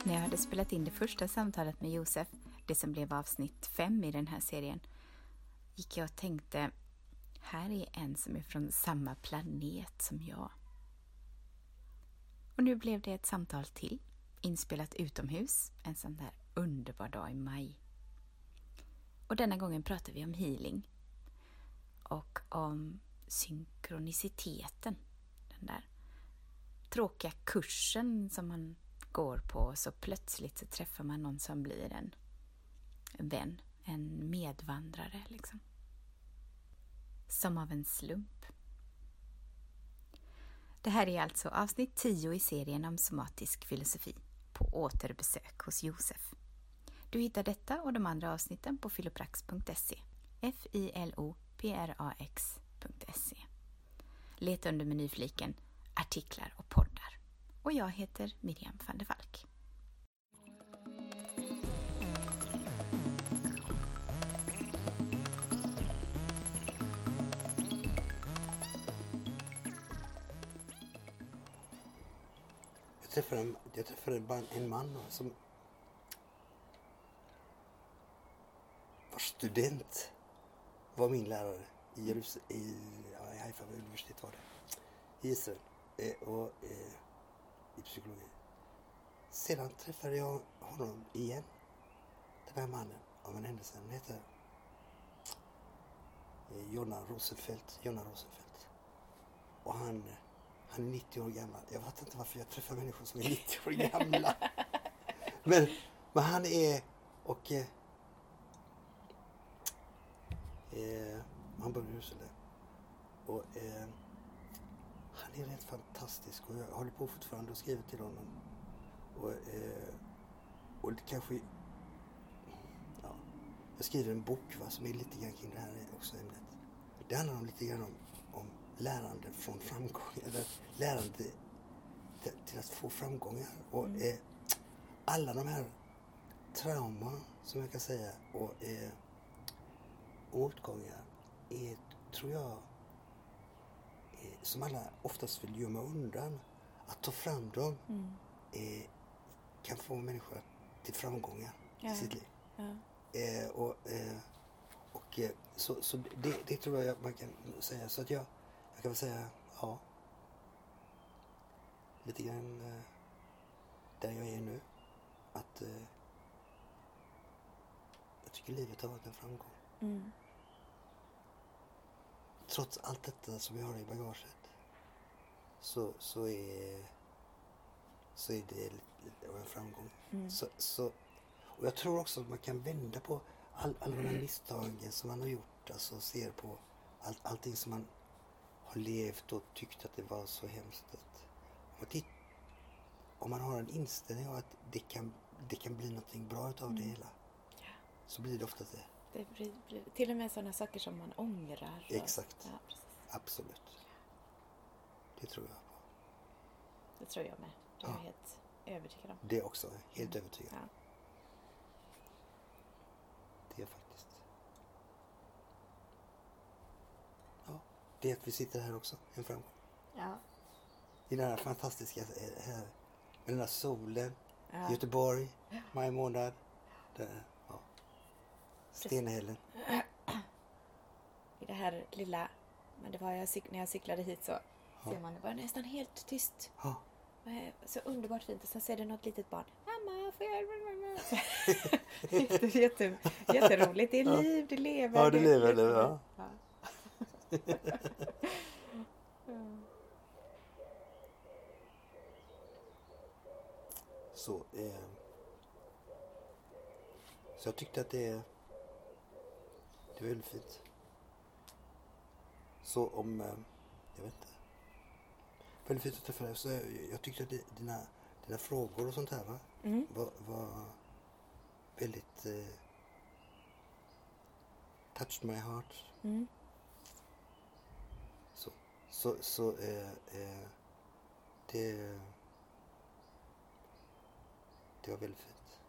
När jag hade spelat in det första samtalet med Josef, det som blev avsnitt 5 i den här serien, gick jag och tänkte, här är en som är från samma planet som jag. Och nu blev det ett samtal till, inspelat utomhus, en sån där underbar dag i maj. Och denna gången pratar vi om healing och om synkroniciteten, den där tråkiga kursen som man går på och så plötsligt så träffar man någon som blir en vän, en medvandrare liksom. Som av en slump. Det här är alltså avsnitt 10 i serien om somatisk filosofi på återbesök hos Josef. Du hittar detta och de andra avsnitten på filoprax.se. filoprax.se. Leta under menyfliken artiklar och poddar. Och jag heter Miriam van der Valk. Jag träffade en man som var student, var min lärare i Haifa universitet var det, i Israel och i psykologi. Sedan träffade jag honom igen, den här mannen, av en händelse. Han heter Jonna Rosenfeldt. Och han är 90 år gammal. Jag vet inte varför jag träffar människor som är 90 år gamla. men han är, och han bor i Jerusalem. Och han är rätt fantastisk. Och jag håller på fortfarande och skriver till honom. Och det kanske, ja, jag skriver en bok som är lite grann kring det här också ämnet. Det handlar om lite grann om lärande från framgång, eller lärande till att få framgångar. Och alla de här trauman, som jag kan säga, och motgångar är, tror jag, som alla oftast vill gömma undan. Att ta fram dem kan få människor till framgångar i sitt liv. Ja. Så det tror jag man kan säga. Så att jag kan väl säga, ja, lite grann där jag är nu, att jag tycker livet har varit en framgång. Trots allt detta som jag har i bagaget så är det en framgång. Och jag tror också att man kan vända på alla de här misstagen som man har gjort, alltså ser på allting som man har levt och tyckt att det var så hemskt. Om man har en inställning av att det kan bli någonting bra utav det hela, så blir det ofta det. Det blir till och med sådana saker som man ångrar. Exakt. Ja, precis. Absolut. Det tror jag på. Det tror jag med. Det är jag helt övertygad om. Det är också helt övertygad. Ja. Det är faktiskt. Ja, det är att vi sitter här också. En framgång. Ja. I den här fantastiska här, med den här solen. Göteborg, maj månad. Där, ja. Stenhällen. I det här lilla, men det var när jag cyklade hit så ser man, det var nästan helt tyst. Ja. Så underbart fint. Och sen ser det något litet barn. Mamma, får jag... Jätteroligt. Det är liv, det lever. Ja, det lever. Ja. Så jag tyckte att det var väldigt fint. Så om, jag vet inte. Väldigt fint att träffa dig. Så jag tyckte att dina frågor och sånt här var väldigt touched my heart. Så det var väldigt fint.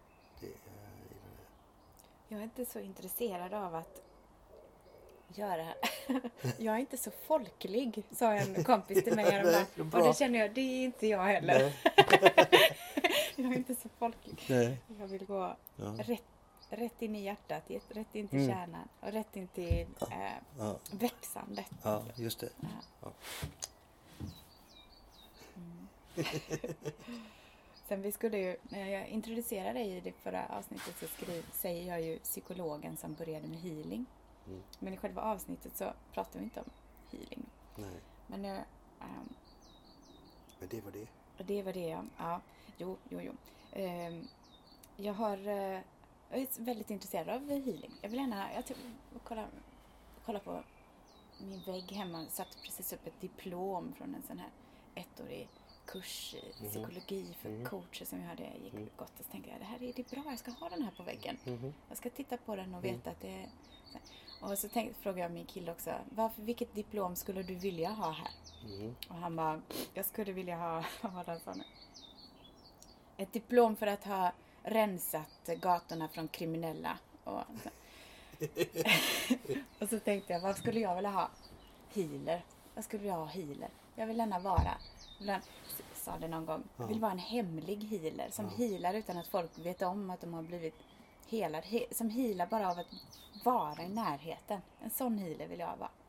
Jag är inte så intresserad av att göra. Jag är inte så folklig, sa en kompis till mig. Och det känner jag, det är inte jag heller. Jag är inte så folklig. Nej. Jag vill gå Ja. rätt in i hjärtat, rätt in till kärnan och rätt in till växandet. Ja, just det. Ja. Ja. Sen vi skulle ju, när jag introducerade dig i det förra avsnittet så säger jag ju psykologen som började med healing. Men i själva avsnittet så pratar vi inte om healing. Nej. Men Men det var det. det var det, ja. Jo. Jag är väldigt intresserad av healing. Jag vill gärna kolla på min vägg hemma. Satt precis upp ett diplom från en sån här 1-årig kurs i psykologi för coacher som jag gick gått. Och så tänkte jag, det är bra, jag ska ha den här på väggen. Jag ska titta på den och veta att det är... Och så frågade jag min kille också, vilket diplom skulle du vilja ha här? Och han bara, jag skulle vilja ha, vad var det han sa? Ett diplom för att ha rensat gatorna från kriminella. Och så tänkte jag, vad skulle jag vilja ha? Healer. Vad skulle jag ha healer? Jag vill gärna vara, sa det någon gång, jag vill vara en hemlig healer. Som healar utan att folk vet om att de har blivit helade. Som healar bara av att vara i närheten. En sån healer vill jag vara.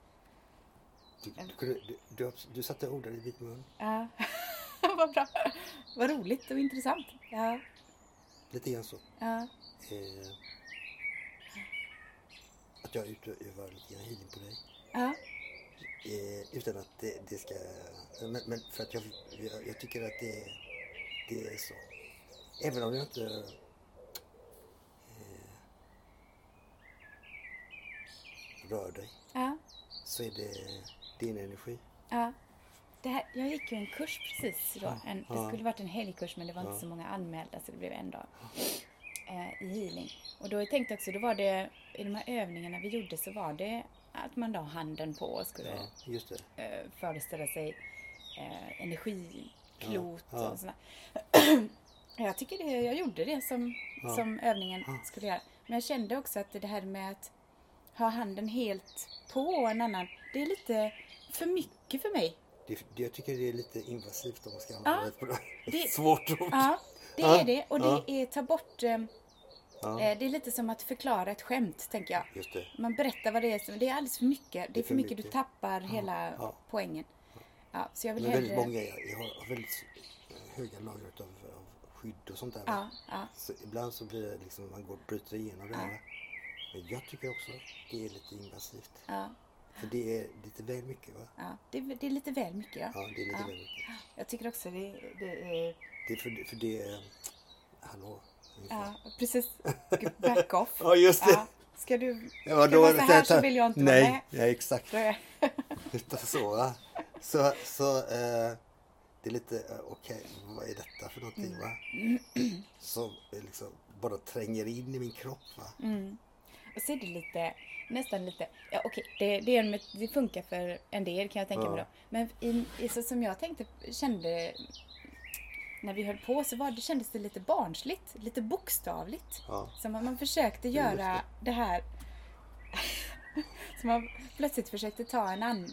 Du satte orden i ditt mun. Ja, vad bra. Vad roligt och intressant. Ja. Lite grann så. Ja. Att jag utövar lite grann healing på dig. Ja. Utan att det ska... Men för att jag tycker att det är så. Även om jag inte... rör dig. Ja. Så är det din energi. Ja. Jag gick ju en kurs precis då. Det skulle varit en helgkurs men det var inte så många anmälda så det blev en dag i healing. Och då tänkte jag också, då var det i de här övningarna vi gjorde så var det att man la handen på och skulle just det. Föreställa sig energiklot och sådär. Jag tycker jag gjorde det som övningen skulle göra. Men jag kände också att det här med att ha handen helt på en annan, det är lite för mycket för mig. Jag tycker det är lite invasivt om man ska använda ett svårt ord. Ja, det är det. Och det är ta bort... Det är lite som att förklara ett skämt, tänker jag. Just det. Man berättar vad det är. Det är alldeles för mycket. Det är för mycket du tappar hela poängen. Ja, så jag vill väldigt många, jag har väldigt höga lager av skydd och sånt där. Ja. Så ibland så blir det liksom, man bryter igenom det här. Men jag tycker också det är lite invasivt. Ja. För det är lite väl mycket, va? Ja, det är lite väl mycket, ja. Ja, det är lite väl mycket. Jag tycker också det är... Det är för det är... Hallå? Ja, precis. Back off. Ja, just det. Ja. Ska du vara så här så vill jag inte vara med. Nej, exakt. Utan så, va? Så det är lite, okej, vad är detta för någonting, va? Som liksom bara tränger in i min kropp, va? Och så är det nästan lite, ja okej, det funkar för en del kan jag tänka mig då. Men så som jag kände när vi höll på så kändes det lite barnsligt, lite bokstavligt. Ja. Som att man försökte göra det här som man plötsligt försökte ta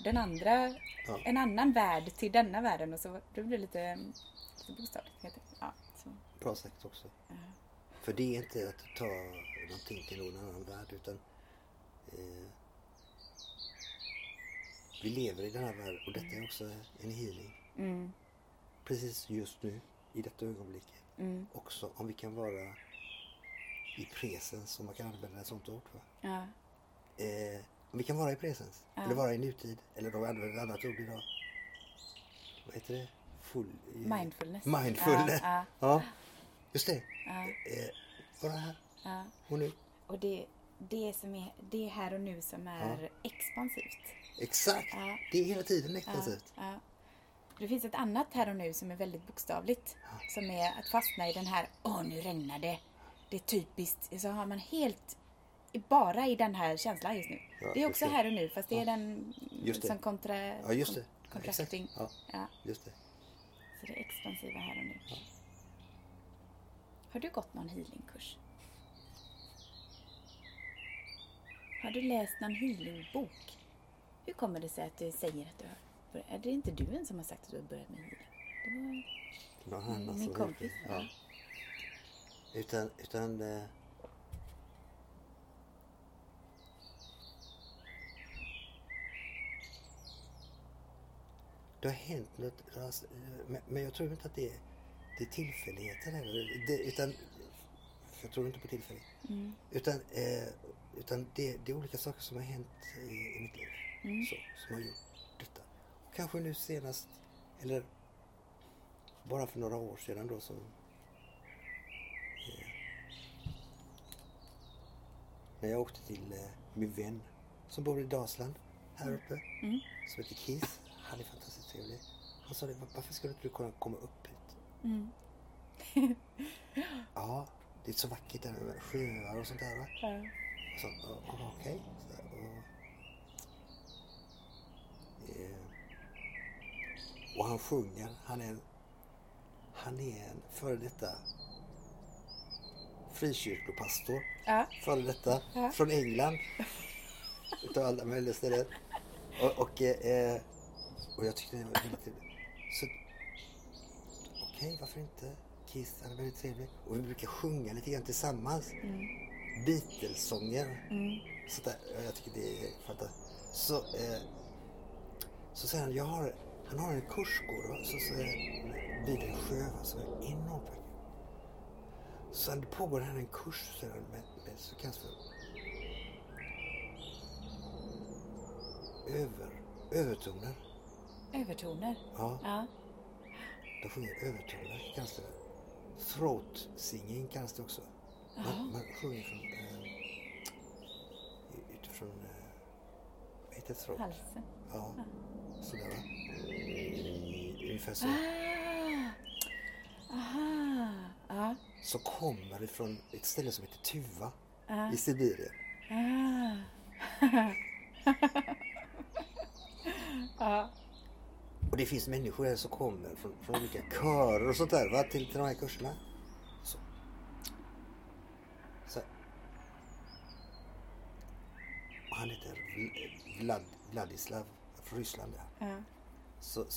en annan värld till denna världen och så det blev lite bokstavligt. Ja, så. Bra sagt också. För det är inte att ta någonting till någon annan värld utan vi lever i den här världen och detta är också en healing. Precis just nu i detta ögonblicket. Också om vi kan vara i presens, om man kan använda ett sånt ord, va? Ja. Om vi kan vara i presens eller vara i nutid eller då använder ett annat ord idag. Vad heter det? Mindfulness. Ja. Just det. Vara här. Ja. Och nu. Och det är här och nu som är expansivt. Exakt. Ja. Det är hela tiden expansivt. Ja. Det finns ett annat här och nu som är väldigt bokstavligt. Som är att fastna i den här, nu regnar det. Det är typiskt. Så har man helt bara i den här känslan just nu. Ja, det är också här och nu fast det är den som contracting. Ja, just det. Så det är expansiva här och nu. Ja. Har du gått någon healingkurs? Har du läst någon healingbok? Hur kommer det sig att du säger att du har börjat? Är det inte du som har sagt att du har börjat med healing? någon annan min som kompis. ja. Utan det har hänt något, alltså, men jag tror inte att det är tillfälligheter heller. Utan jag tror inte på tillfällighet. Utan det är olika saker som har hänt i mitt liv som har gjort detta. Och kanske nu senast, eller bara för några år sedan då, som när jag åkte till min vän som bor i Dalsland här uppe, som heter Keith. Han är fantastiskt trevlig. Han sa det, varför skulle inte du kunna komma upp hit? Ja, det är så vackert där med sjöar och sånt där, va? Ja. Och så, okej. Och han sjunger. Han är en före detta frikyrkopastor. Ja. Före detta från England. Utav alla möjliga ställen. Och jag tyckte det var väldigt trevligt. Så okej, varför inte? Keith, han är väldigt trevlig. Och vi brukar sjunga lite grann tillsammans. Beatles-sånger. Så där, jag tycker det är fantastiskt. Så säger han har en kursgård, så vid en sjö, som är enormt vacker. Så det pågår här en kurs med så kallas för övertoner. Övertoner? Ja. De sjunger övertoner, kallas det. Throat singing kallas det också. Man sjunger utifrån vad heter throat? Halsen. Ja, sådär, va? Ungefär så. Aha. Ja. Så kommer det från ett ställe som heter Tuva i Sibirien. Och det finns människor här som kommer från olika körer och sånt där, va? Till de här kurserna. Så. Och han heter Vladislav från Ryssland. Så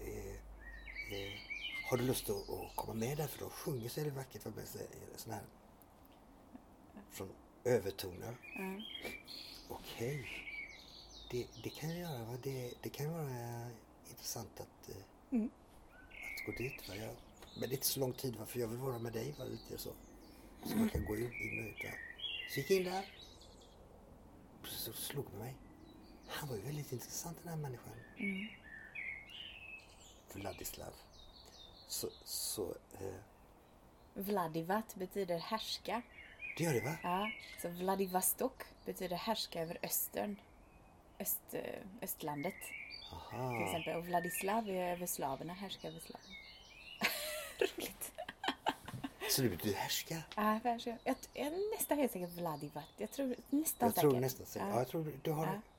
har du lust att komma med där, för de sjunger så är det vackert, för sån här från övertoner. Okej. Det kan jag göra, va? Det kan vara intressant att gå dit, va? Men det är inte så lång tid, va? För jag vill vara med dig, va? Lite så man kan gå in och ut där. Så gick in där. Så slog med mig. Han var ju väldigt intressant, den här människan. Vladislav. Vladivat betyder härska. Det gör det, va? Ja, så Vladivostok betyder härska över östlandet. Aha. Till exempel. Och Vladislav är över slaverna, härska över slaverna. Roligt. Så det betyder härska? Ja, jag är nästan helt säkert Vladivat. Jag tror nästan säkert. Ja, jag tror du har det.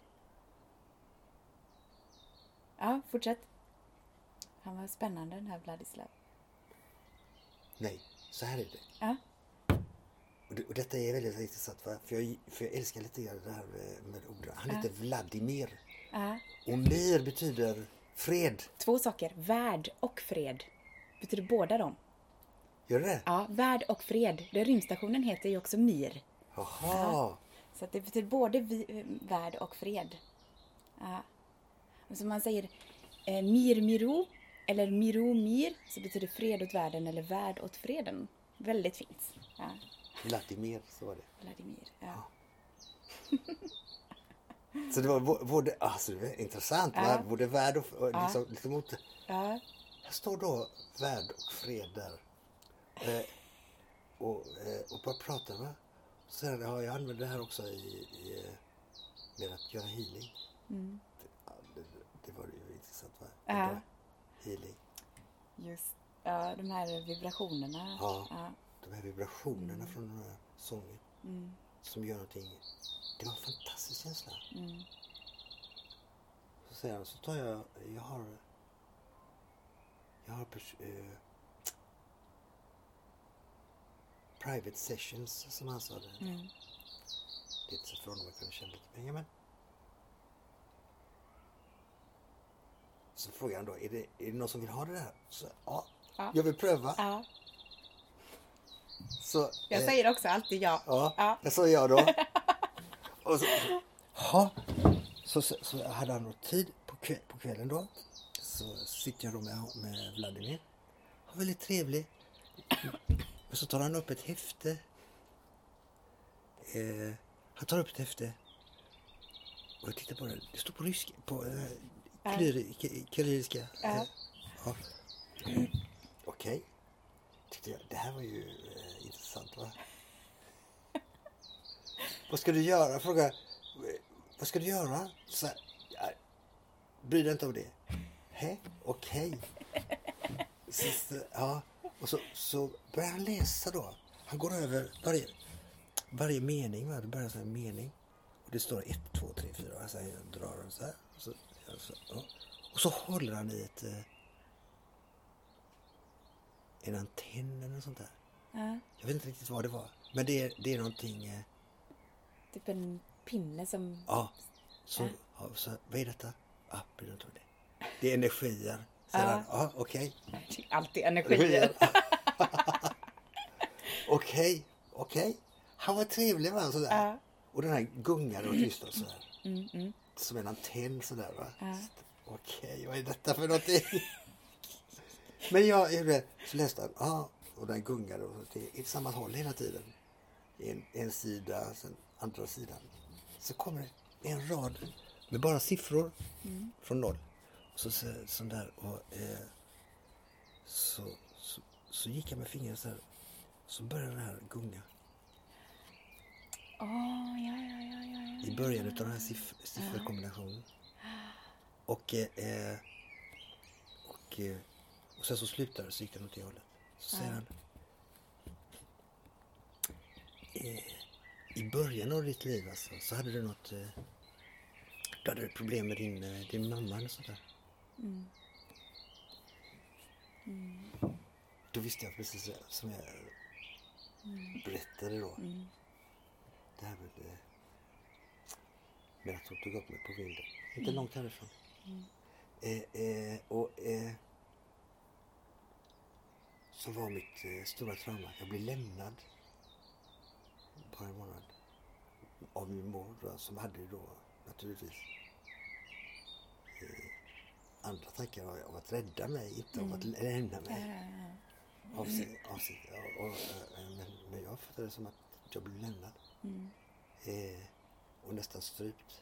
Ja, fortsätt. Han var spännande, den här Vladislav. Nej, så här är det. Ja. Och detta är väldigt intressant, va? För jag älskar lite grann det här med orden. Han heter Vladimir. Och mir betyder fred. 2 saker, värld och fred. Betyder båda dem. Gör det? Ja, värld och fred. Rymdstationen heter ju också Mir. Jaha. Så att det betyder både värld och fred. Ja. Och som man säger Mir Miro eller Miro Mir, så betyder fred åt världen eller värld åt freden. Väldigt fint. Ja. Vladimir, så var det. Vladimir, ja. Så det var både, alltså det var intressant, både värld och liksom mot. Ja. Här står då värld och fred där. Och bara prata, va? Så här, jag använder det här också med att göra healing. Det var ju intressant, va? Ja. Healing. Just, ja, de här vibrationerna. Ja. De här vibrationerna från den här sången som gör någonting. Det var en fantastisk känsla. Så säger han, så tar jag har private sessions, som han sa det. Det är inte så för honom att kunna tjäna lite pengar, men så frågar han då, är det någon som vill ha det där? Så ja, Ja. Jag vill pröva. Ja. Så, Jag säger också alltid ja. Ja, det sa jag då. Och så hade han något tid på kvällen då. Så sitter jag då med Vladimir. Han var väldigt trevlig. Och så tar han upp ett häfte. Han tar upp ett häfte. Och jag tittar på det. Det står på ryska. På kyrilliska. Ja. Okej. Tyckte jag. Det här var ju intressant, va? Vad ska du göra? Fråga. Vad ska du göra? Så här, bry dig inte om det. Okej. Ja. Och så börjar han läsa då. Han går över varje mening. Va? Det börjar så här mening. Och det står 1, 2, 3, 4. Alltså jag drar den så här. Och så håller han i en antenn eller något sånt där. Ja. Jag vet inte riktigt vad det var. Men det är någonting... Typ en pinne som... Ja. Så vad är detta? Bryr dig inte om det. Det är energier. Ja, okej. Alltid energier. Okej. Han var trevlig, va? Sådär. Ja. Och den här gungade och tyst och sådär. Som en antenn sådär, va? Ja. Okej, vad är detta för någonting? Men jag så läste han. Och den gungade åt samma håll hela tiden. En sida, sen andra sidan. Så kommer det en rad med bara siffror från 0. Och sån där. Och så gick jag med fingret så här. Så började den här gunga. Ja. I början av den här sifferkombinationen. Och sen så slutade det, så gick den åt det hållet. Så säger han. I början av ditt liv alltså, så hade du något... Du hade ett problem med din mamma eller sånt där. Då visste jag precis som jag berättade då. Det här med att hon tog upp mig på vinden. Inte långt härifrån. Så var mitt stora trauma. Jag blev lämnad bara en månad av min mor då, som hade då naturligtvis andra tankar av att rädda mig, inte av att lämna mig. Men jag fattade det som att jag blev lämnad. Och nästan strypt.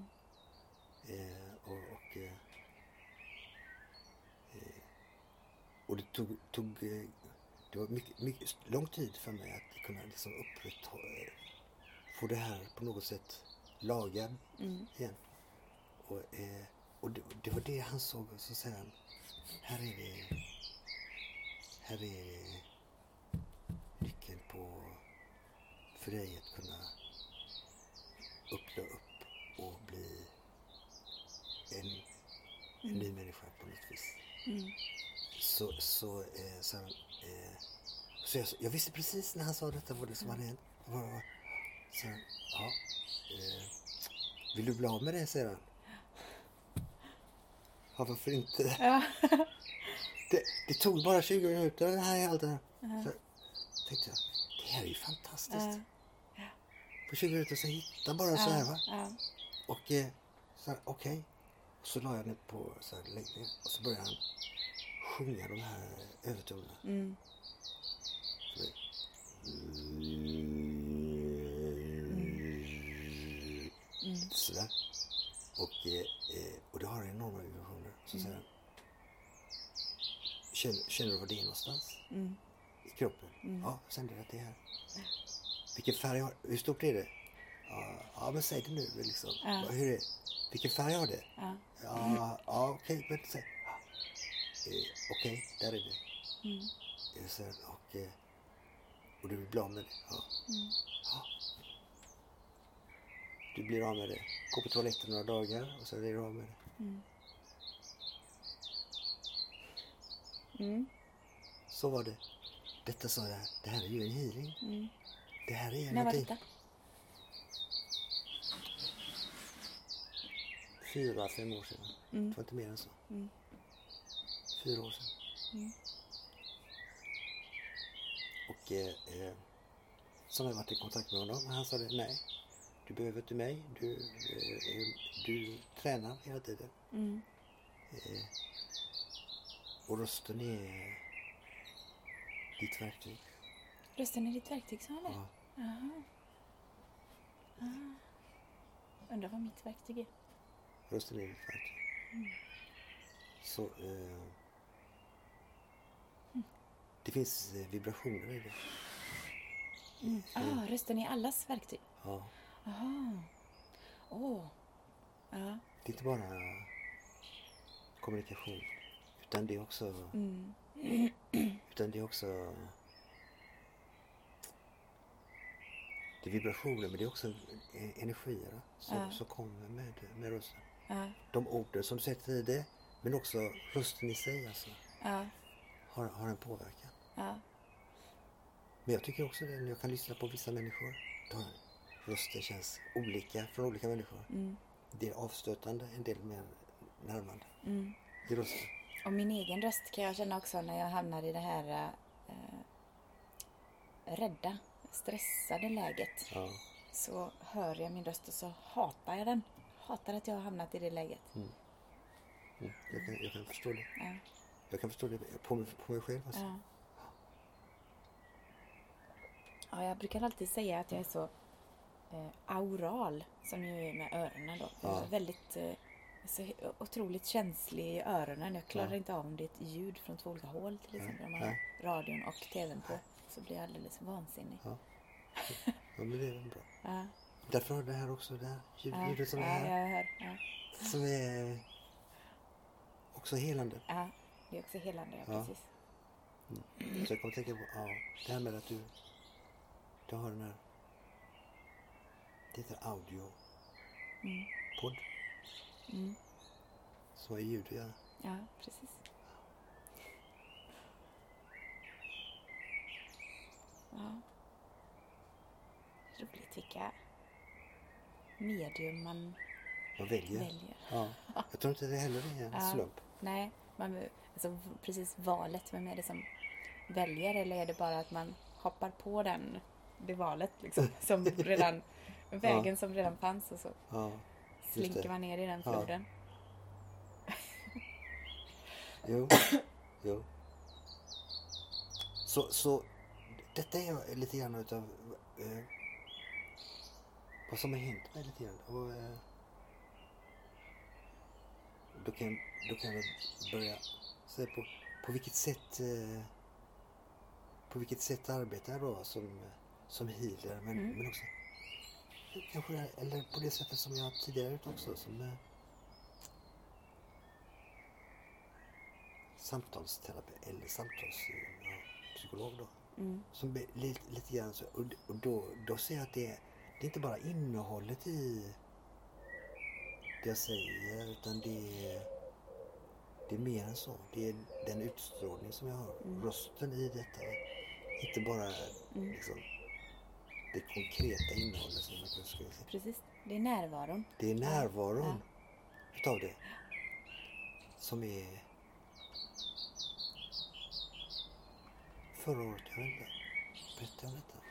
Och det tog det var mycket lång tid för mig att kunna liksom få det här på något sätt lagad igen. Och det var det han såg, och så säger han, här är nyckeln för dig att kunna öppna upp och bli en ny människa på något vis. Så jag visste precis när han sa detta vad det som hade hänt. Så vill du bli av med det, säger han. Ja, varför inte? Ja. Det tog bara 20 minuter, det här är allt det här. Så tänkte jag, det här är ju fantastiskt. På 20 minuter så hittade bara så här, va? Och så okej. Så la jag ner på så här längre, och så började han sjunga de här övertonerna. Sådär. Och det har enorma vibrationer. Så säger han, känner du vad det är någonstans? I kroppen? Ja, sen det att det är här. Vilken färg har, hur stort är det? Ja, men säg det nu liksom. Hur är det? Vilken färg har det? Ja, okej, men säg. Okej, där är det. Så, och du blir av med det. Ja. Du blir av med det. Gå på toaletten några dagar och så är du av med det. Så var det. Detta sa jag. Det här är ju en healing. Det här är När var någonting. detta? 4-5 år sedan. Det var inte mer än så. 4 år sedan. som har varit i kontakt med honom. Han sa det, nej, du behöver inte mig. Du tränar hela tiden. Och rösten är ditt verktyg. Rösten är ditt verktyg, sa han det? Ja. Jaha. Undrar vad mitt verktyg är. Rösten är ditt verktyg. Så det finns vibrationer i det. Rösten är allas verktyg. Ja. Aha. Ja. Det är inte bara kommunikation, utan det är också det är vibrationer, men det är också energier som kommer med rösten. De orden som du sätter i det, men också rösten i sig alltså, har en påverkan. Men jag tycker också det, när jag kan lyssna på vissa människor, då rösten känns olika från olika människor. Det är avstötande, en del mer närmande i rösten. Och min egen röst kan jag känna också när jag hamnar i det här rädda, stressade läget. Så hör jag min röst och så hatar jag den. Hatar att jag har hamnat i det läget. Jag kan förstå det. Jag kan förstå det på mig själv alltså. Ja, jag brukar alltid säga att jag är så aural, som ju är med öronen då. Jag är väldigt så otroligt känslig i öronen. Jag klarar inte av om det är ett ljud från två olika håll till exempel. Om man har radion och tvn på, så blir jag alldeles vansinnig. Ja, men det är väl bra. Därför har det här också, det här ljudet som är här. Jag hör. Som är också helande. Ja, det är också helande, precis. Så jag kommer tänka på det här med att du har den här, det heter audio podd som är ljud att göra. Ja, precis. Ja. Roligt vilka medium man väljer. Ja. Jag tror inte det heller är en slump. Nej, alltså precis valet, vem är det som väljer, eller är det bara att man hoppar på det valet liksom, som redan vägen som redan fanns, och så slinker man ner i den floden. Jo. Så detta är lite grann utav vad som har hänt mig lite grann. Och då kan jag börja säga på vilket sätt arbetar jag då som healer, men också kanske, eller på det sättet som jag tidigare gjort också, som samtalsterapeut eller samtalspsykolog då. Som lite grann så, och då ser jag att det är inte bara innehållet i det jag säger, utan det är mer än så. Det är den utstrålning som jag har. Rösten i detta. Inte bara liksom, det konkreta innehållet som man kan säga. Precis, det är närvaron. Det är närvaron utav det som är förra året. Jag vet inte. Berätta om detta.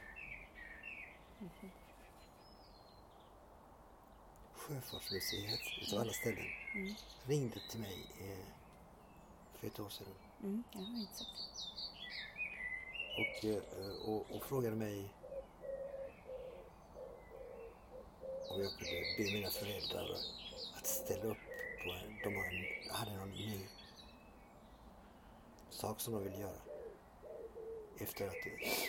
Sjöfartsmuseet utav alla ställen ringde till mig för ett år sedan. Jag har inte sett. Och frågade mig om jag kunde be mina föräldrar att ställa upp på hade någon ny sak som de ville göra efter att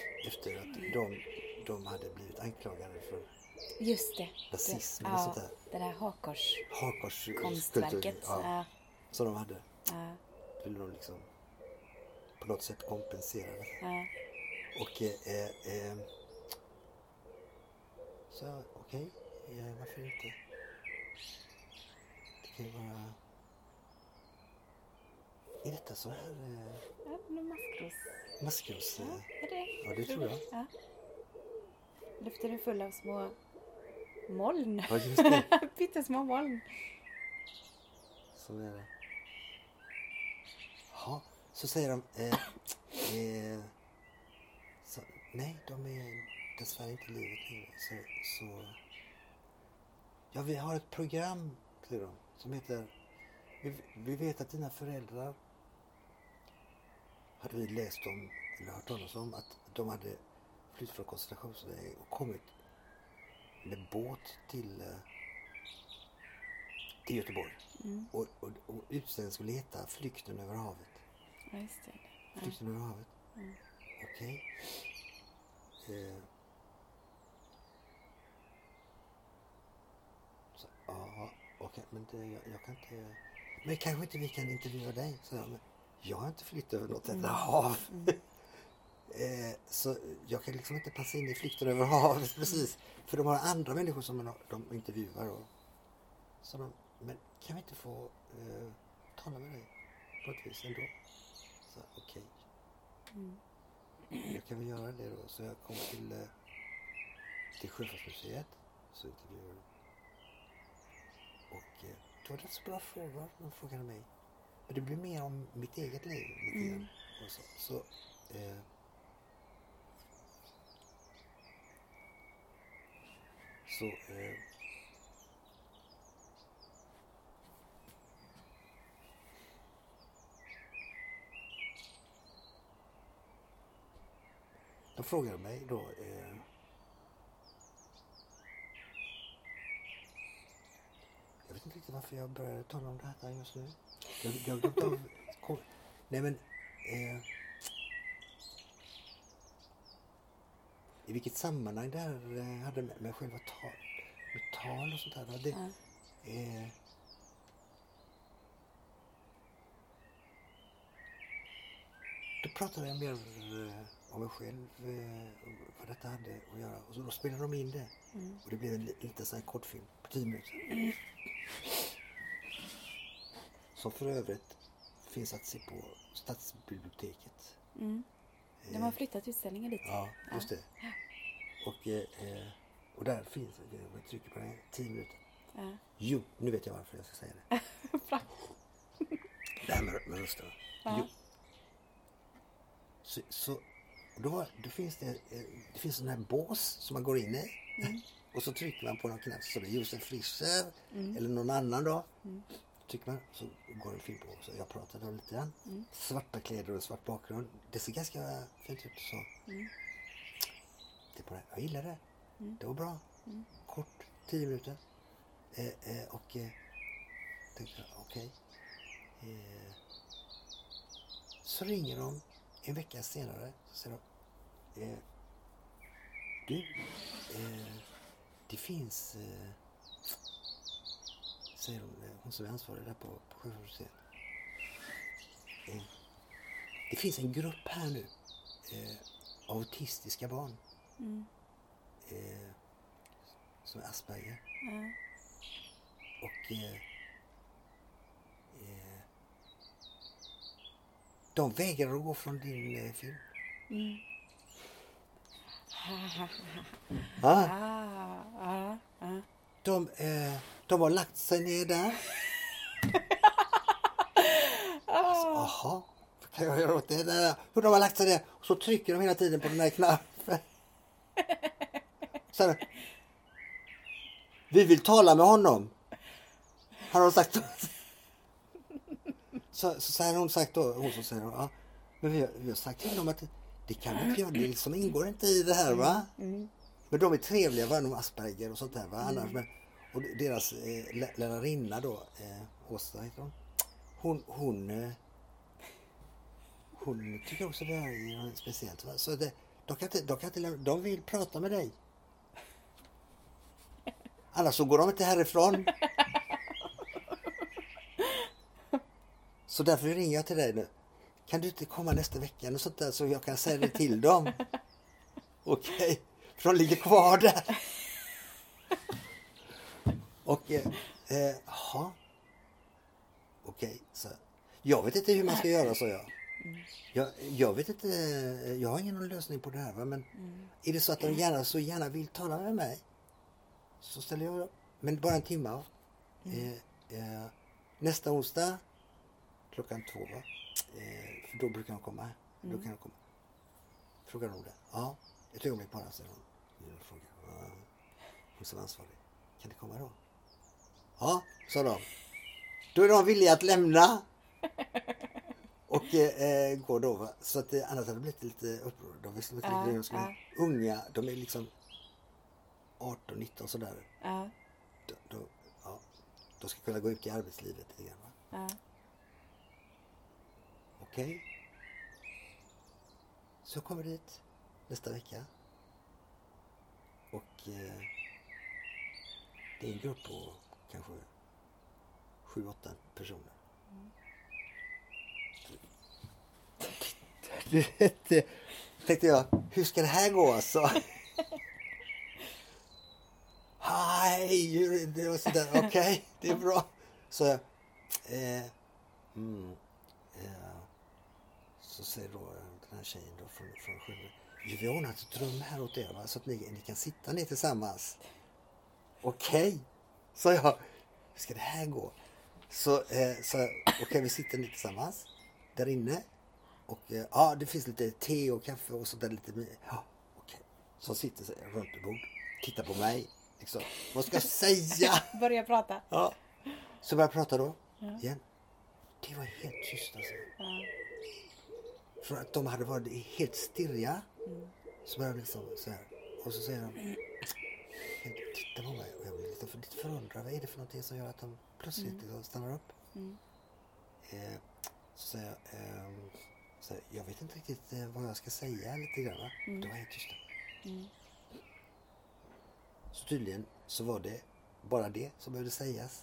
de hade blivit anklagade för just det, rasism och sånt där. Det där konstverket som de hade. Ville de liksom på något sätt kompensera det. Och så okej, varför inte? Det kan ju vara... Är detta så här... Maskros? Ja, är det? Ja, det tror jag. Ja. Luften är full av små moln. Ja, just det. Pyttesmå moln. Så är det. Ja, så säger de... Nej, de är dessvärre inte i livet längre. Så... Ja, vi har ett program till dem som heter... Vi vet att dina föräldrar hade vi läst om, eller hört talas om, att de hade flytt från koncentrationsläger och kommit med båt till Göteborg. Och utställningen skulle heta Flykten över havet. Ja, just det. Ja. Flykten över havet. Okej. Ja, okej, men jag kan inte... Men kanske inte vi kan intervjua dig. Så, men jag har inte flytt över något enda hav. Så jag kan liksom inte passa in i Flykten över havet precis. För de har andra människor som de intervjuar. Så men kan vi inte få tala med dig på ett vis ändå? Så okej. Jag kan väl göra det då. Så jag kommer till Sjöfartsmuseet. Så intervjuar du. Och det var rätt så bra frågor de frågade mig. Men det blir mer om mitt eget liv lite grann. Och så de frågade mig då jag vet inte riktigt varför jag började tala om det här just nu. Nej men i vilket sammanhang det här hade med själva tal och sånt där. Då pratade jag mer om mig själv vad detta hade att göra. Och så då spelade de in det. Och det blev en liten sån här kortfilm på 10 minuter. Som för övrigt finns att se på Stadsbiblioteket. De har flyttat utställningen dit. Ja, just det. Och där finns det, jag trycker på den 10 minuter. Ja. Jo, nu vet jag varför jag ska säga det. Det här med rösten. Ja. Jo. Så då finns det finns en här bås som man går in i. Och så trycker man på någon knapp. Så det är Josef Fischer eller någon annan då. Trycker man så går en film på. Så jag pratade då lite grann. Svarta kläder och svart bakgrund. Det ser ganska fint ut så. Det på det. Jag gillar det. Det var bra. Kort, 10 minuter. Och tänkte jag, okej. Så ringer de en vecka senare. Så säger de, du, det finns, säger hon som är ansvarig där på Sjöfartsmuseet. Det finns en grupp här nu autistiska barn som är Asperger. Och de vägrar att gå från din film. De har lagt sig ner där. Jaha, vad kan jag göra åt det där? Hur de har lagt sig där och så trycker de hela tiden på den här knappen. Så här, vi vill tala med honom. Har de sagt. Så har hon sagt då, hon som säger ja, men vi har sagt till dem att det kan vi inte göra, det liksom ingår inte i det här va. Men de är trevliga va, de Asperger och sånt där va. Annars, men, och deras lärarinna då, Åsa heter hon tycker också det här är speciellt va. Så de vill prata med dig. Annars så går de inte härifrån. Så därför ringer jag till dig nu. Kan du inte komma nästa vecka och sånt där så jag kan säga det till dem? Okej. För de ligger kvar där. Och jaha. Okej. Så jag vet inte hur man ska göra, så jag vet inte, jag har ingen lösning på det här va? Men är det så att de gärna vill tala med mig så ställer jag upp. Men bara en timme. Nästa onsdag 2:00 va? För då brukar de komma. Då kan de komma. Frågar de det. Ja. Ett ögonblick bara, säger hon. Hon som var ansvarig. Kan det komma då? Ja, sa de. Då är de villiga att lämna. Och går då. Va? Så att annars hade det blivit lite uppror. De visste inte riktigt de skulle. Unga, de är liksom 18-19 sådär. De ska kunna gå ut i arbetslivet lite grann. Va? Okej. Så kommer vi dit nästa vecka. Och det är en grupp på kanske 7-8 personer. Du vet, tänkte jag, hur ska det här gå alltså? Hej, det var sådär, okej, det är bra. Så så säger då den här tjejen då från skillnaden. Vi har ordnat ett rum här åt er, va? Så att ni kan sitta ner tillsammans. Okej, så jag, hur ska det här gå? Så okej, vi sitter ner tillsammans där inne. Och det finns lite te och kaffe och sånt där lite. Ja, okej. Så sitter sig runt ett bord, tittar på mig. Liksom. Vad ska jag säga? Börja prata. Ja. Så börjar jag prata då. Igen. Det var helt tyst alltså. För att de hade varit helt stirriga. Så började jag liksom så här. Och så säger de. Titta på mig. Och jag blir lite förundrad. Vad är det för någonting som gör att de plötsligt stannar upp? Så säger jag. Så jag vet inte riktigt vad jag ska säga lite grann. Det var helt tyst. Så tydligen så var det bara det som behövde sägas.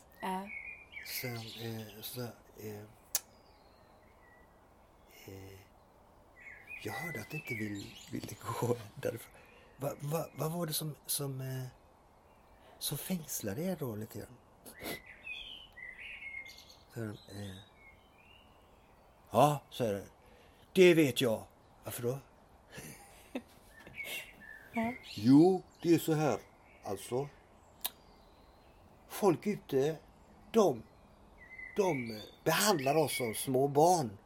Jag hörde att det inte ville gå därifrån. Vad var det som fängslade er då lite grann? Ja, så är det. Det vet jag. Varför då? Jo, det är så här. Alltså. Folk ute, de behandlar oss som små barn.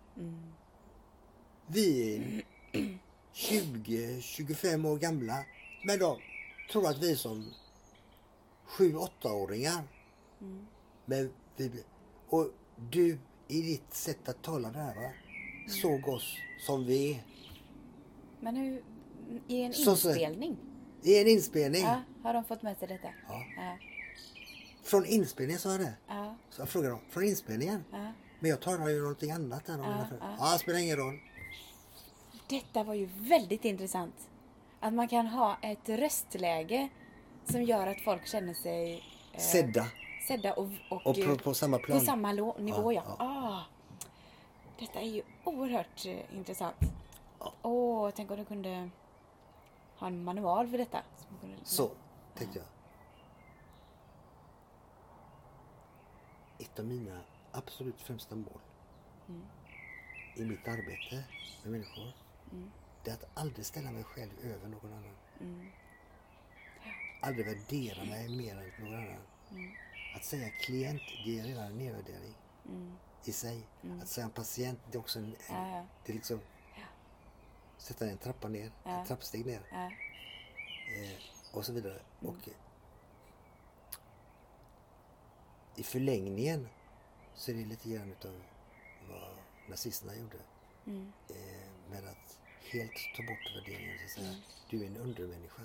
Vi är 20-25 år gamla. Men de tror att vi är som 7-8-åringar. Men och du i ditt sätt att tala där, va? Såg oss som vi är. Men hur, i en inspelning? I en inspelning? Ja, har de fått med sig detta? Ja. Från inspelningen sa jag det. Så jag frågade dem, från inspelningen? Men jag talar ju någonting annat där. Det spelar ingen roll. Detta var ju väldigt intressant. Att man kan ha ett röstläge som gör att folk känner sig sedda och på samma plan. På samma nivå, ja. Detta är ju oerhört intressant. Tänk om du kunde ha en manual för detta. Så tänkte jag. Ett av mina absolut främsta mål i mitt arbete med människor det är att aldrig ställa mig själv över någon annan. Aldrig värdera mig mer än någon annan. Att säga klient, det är redan en nedvärdering i sig. Att säga en patient, det är också det är liksom sätta en trappa ner, ett trappsteg ner. Och så vidare. Och i förlängningen så är det lite grann utav vad nazisterna gjorde. Med att helt ta bort värderingen och säga du är en undermänniska.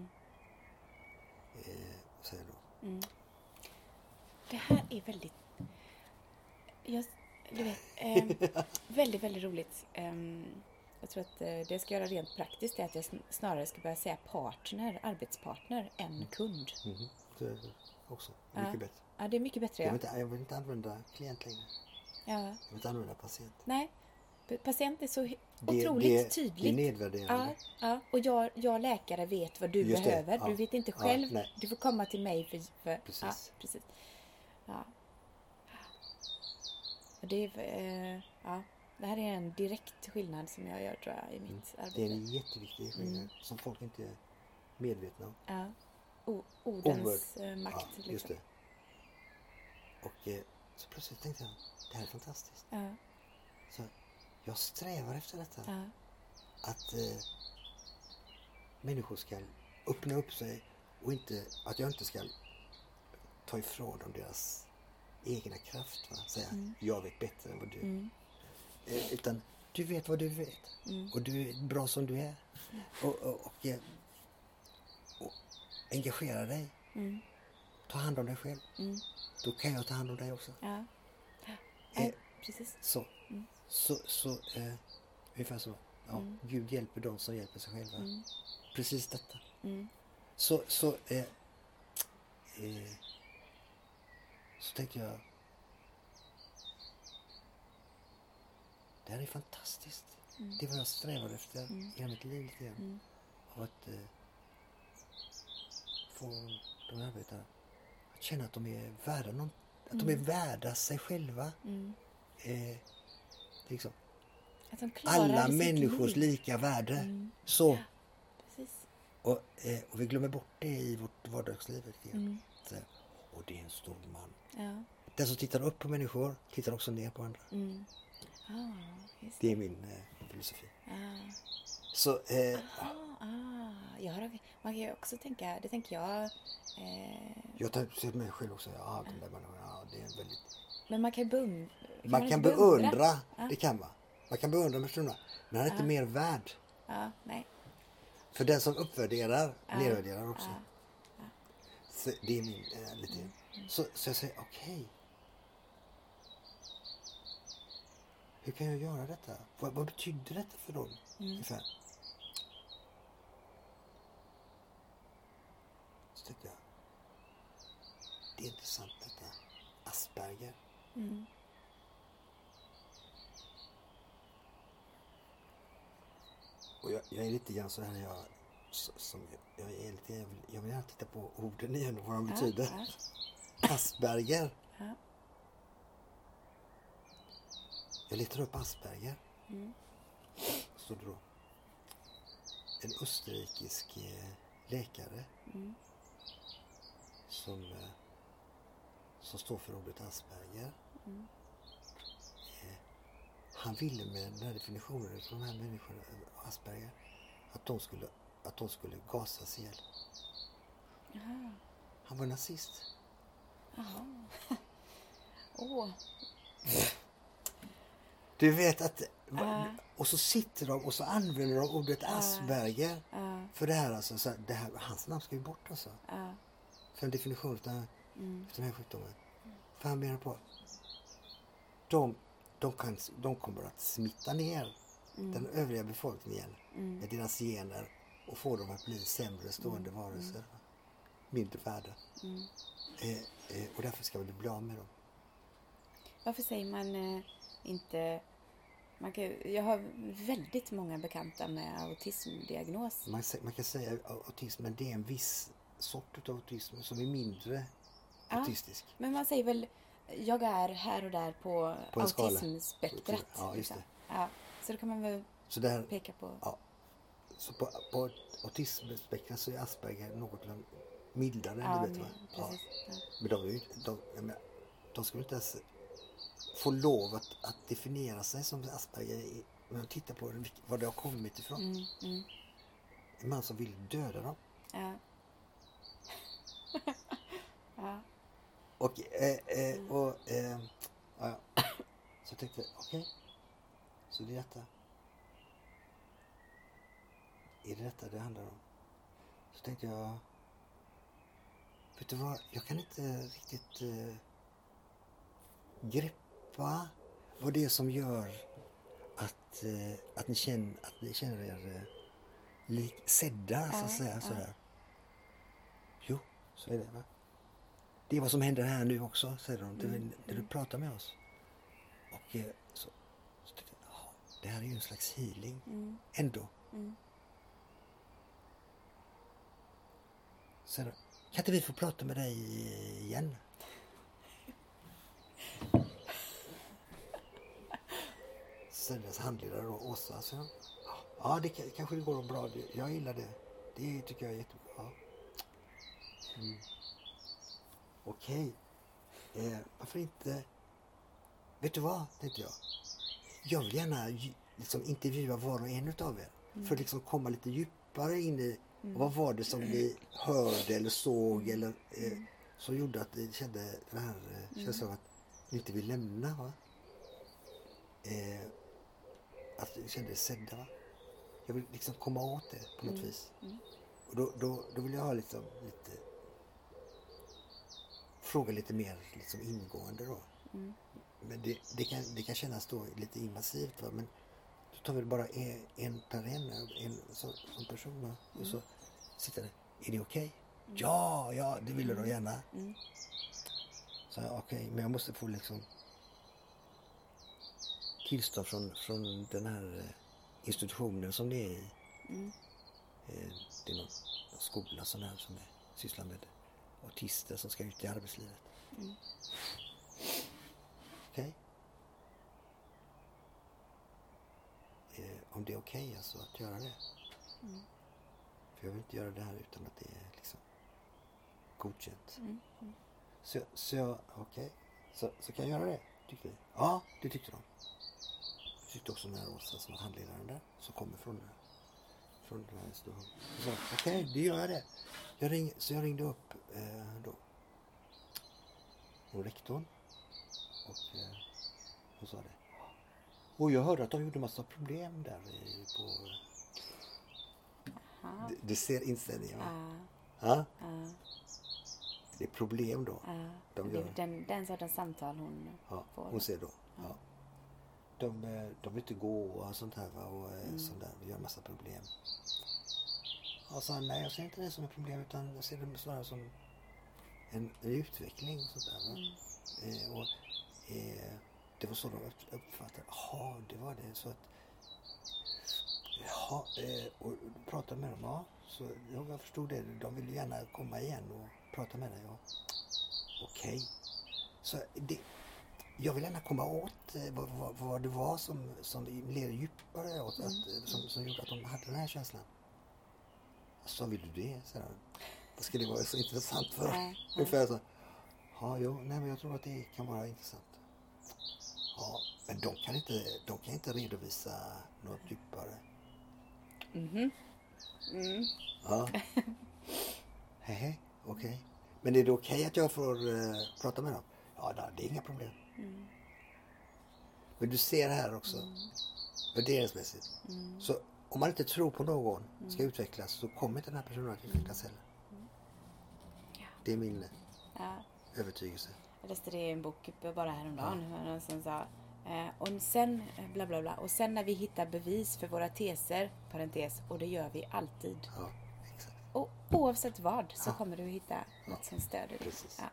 Säger då. Det här är väldigt väldigt, väldigt roligt. Jag tror att det ska göra rent praktiskt är att jag snarare ska börja säga arbetspartner än kund. Det är också mycket bättre. Ja, det är mycket bättre. Jag vill inte använda klient längre. Jag vill inte använda patient. Nej, patient är så otroligt tydligt. Det är nedvärderande. Ja. Och jag läkare vet vad du behöver. Du vet inte själv. Du får komma till mig för precis. Ja, precis. Ja. Det här är en direkt skillnad som jag gör tror jag i mitt arbete. Det är en jätteviktig skillnad som folk inte är medvetna om. Ja. Ordens makt. Ja, just det. Och så plötsligt tänkte jag, det här är fantastiskt. Så jag strävar efter detta. Att människor ska öppna upp sig och inte, att jag inte ska ta ifrån dem deras egna kraft. Va? Säga, jag vet bättre än vad du. Utan du vet vad du vet. Och du är bra som du är. Och engagera dig. Ta hand om dig själv. Då kan jag ta hand om dig också. Ja. Precis. Så ungefär så. Ja, Gud hjälper dem som hjälper sig själva. Precis detta. Så tänkte jag, det här är fantastiskt. Det var jag strävade efter i mitt liv lite grann. Av att få de arbetare att känna att de är värda någon, att de är värda sig själva. Liksom. Att de klarar alla sitt människors liv. lika värde. Så. Ja, precis. Och vi glömmer bort det i vårt vardagsliv. Så, och det är en stor man. Ja. Den som tittar upp på människor tittar också ner på andra. Just Det är min filosofi. Så, man kan ju också tänka, det tänker jag. jag tar mig själv också. Den där människan, det är väldigt... Men man kan beundra. Man kan beundra, det kan man. Man kan beundra personerna, men han är inte mer värd. Nej. För den som uppvärderar, nedvärderar också. Så det är min lite... Så jag säger, okej. Hur kan jag göra detta? Vad betyder detta för dem? Ungefär. Så tyckte jag, det är intressant detta. Asperger. Och jag är lite grann så här, jag vill gärna titta på orden igen och vad de betyder. Asperger. Jag letar upp Asperger. Så då. En österrikisk läkare som står för ordet Asperger. Han ville med den här definitionen för de här människorna, Asperger, att de skulle gasas ihjäl. Han var nazist. Du vet att... Och så sitter de och så använder de ordet Asperger. För det här alltså. Så det här, hans namn ska ju bort alltså. För en definition av den här sjukdomen. För han menar på... De kommer att smitta ner den övriga befolkningen med deras gener och få dem att bli sämre stående varelser. Mindre värda. Och därför ska vi bli av med dem. Varför säger man inte... jag har väldigt många bekanta med autismdiagnos. Man kan säga autism, men det är en viss sort av autism som är mindre autistisk. Men man säger väl, jag är här och där på autismspektrat. Ja, just det. Ja, så då kan man väl peka på... Ja. Så på autismspektrat så är Asperger något mildare. Ja, du vet, va? Precis. Ja. Men de skulle inte ens få lov att definiera sig som Asperger när man tittar på var det har kommit ifrån. En man som vill döda dem. Ja. Och så tänkte jag, okej. Så det är detta. Är det detta det handlar om? Så tänkte jag, vet du vad, jag kan inte riktigt greppa vad det är som gör att ni känner er sedda, så att säga. Sådär. Jo, så är det, va? Det är vad som händer här nu också, säger de, när du pratar med oss. Och så tyckte jag, det här är ju en slags healing ändå. Så kan inte vi få prata med dig igen? Så deras handledare då, Åsa, så ja, det kanske går bra. Jag gillar det. Det tycker jag är jättebra. Okej. Varför inte... Vet du vad, tänkte jag. Jag vill gärna liksom intervjua var och en utav er. För att liksom komma lite djupare in i Och vad var det som vi hörde eller såg eller som gjorde att vi kände den här känslan av att vi inte vill lämna, va? Att vi kände sedda, va? Jag vill liksom komma åt det på något vis. Och då vill jag ha lite fråga lite mer liksom ingående då. Men det kan kännas då lite invasivt, va? Men då tar vi bara en per en sån person, va? Och så sitter det. Är det okej? Ja, det vill jag gärna. Så okej, men jag måste få liksom tillstånd från den här institutionen som det är i. Det är någon skola sån här som sysslar med autister som ska ut i arbetslivet. Okej. Om det är okej alltså att göra det. För jag vill inte göra det här utan att det är liksom godkänt. Så okej. Så kan jag göra det, tyckte vi. Ja, det tyckte de. Jag tyckte också den här Åsa som var handledaren där, som kommer från den här institutionen. Så okej, det gör jag det. Jag ringde upp då. Och rektorn. Och hon sa det. Och jag hörde att de gjorde massa problem där på... Du ser inställningen, va? Ja. Det är problem då. De gör. Den sortens samtal hon får. Hon ser då. Ja. De vill inte gå och sånt här, va? Och sånt där. Vi gör massa problem. Och så nej, jag ser inte det som ett problem, utan jag ser det snarare som en utveckling och sånt där, va? Och det var så de uppfattade. Jaha, det var det. Så att och pratade med dem, ja. Så jag förstod det. De ville gärna komma igen och prata med dig. Ja. Okej. Så jag vill gärna komma åt vad det var som ledde djupare åt som gjorde att de hade den här känslan. Så vill du det? Så vad ska det vara så intressant för? Ungefär så. Ja, men jag tror att det kan vara intressant. Ja, men de kan inte redovisa något djupare. Ja. Hej, okej. Men är det okej att jag får prata med dem? Ja, det är inga problem. Men du ser här också, värderingsmässigt. Så om man inte tror på någon ska utvecklas, så kommer inte den här personen att utvecklas heller. Det är min övertygelse. Jag läste det i en bok bara häromdagen. Och sen sa, och sen bla bla bla. Och sen när vi hittar bevis för våra teser, parentes, och det gör vi alltid. Ja, exakt. Och oavsett vad så kommer du att hitta något som stöder dig. Ja.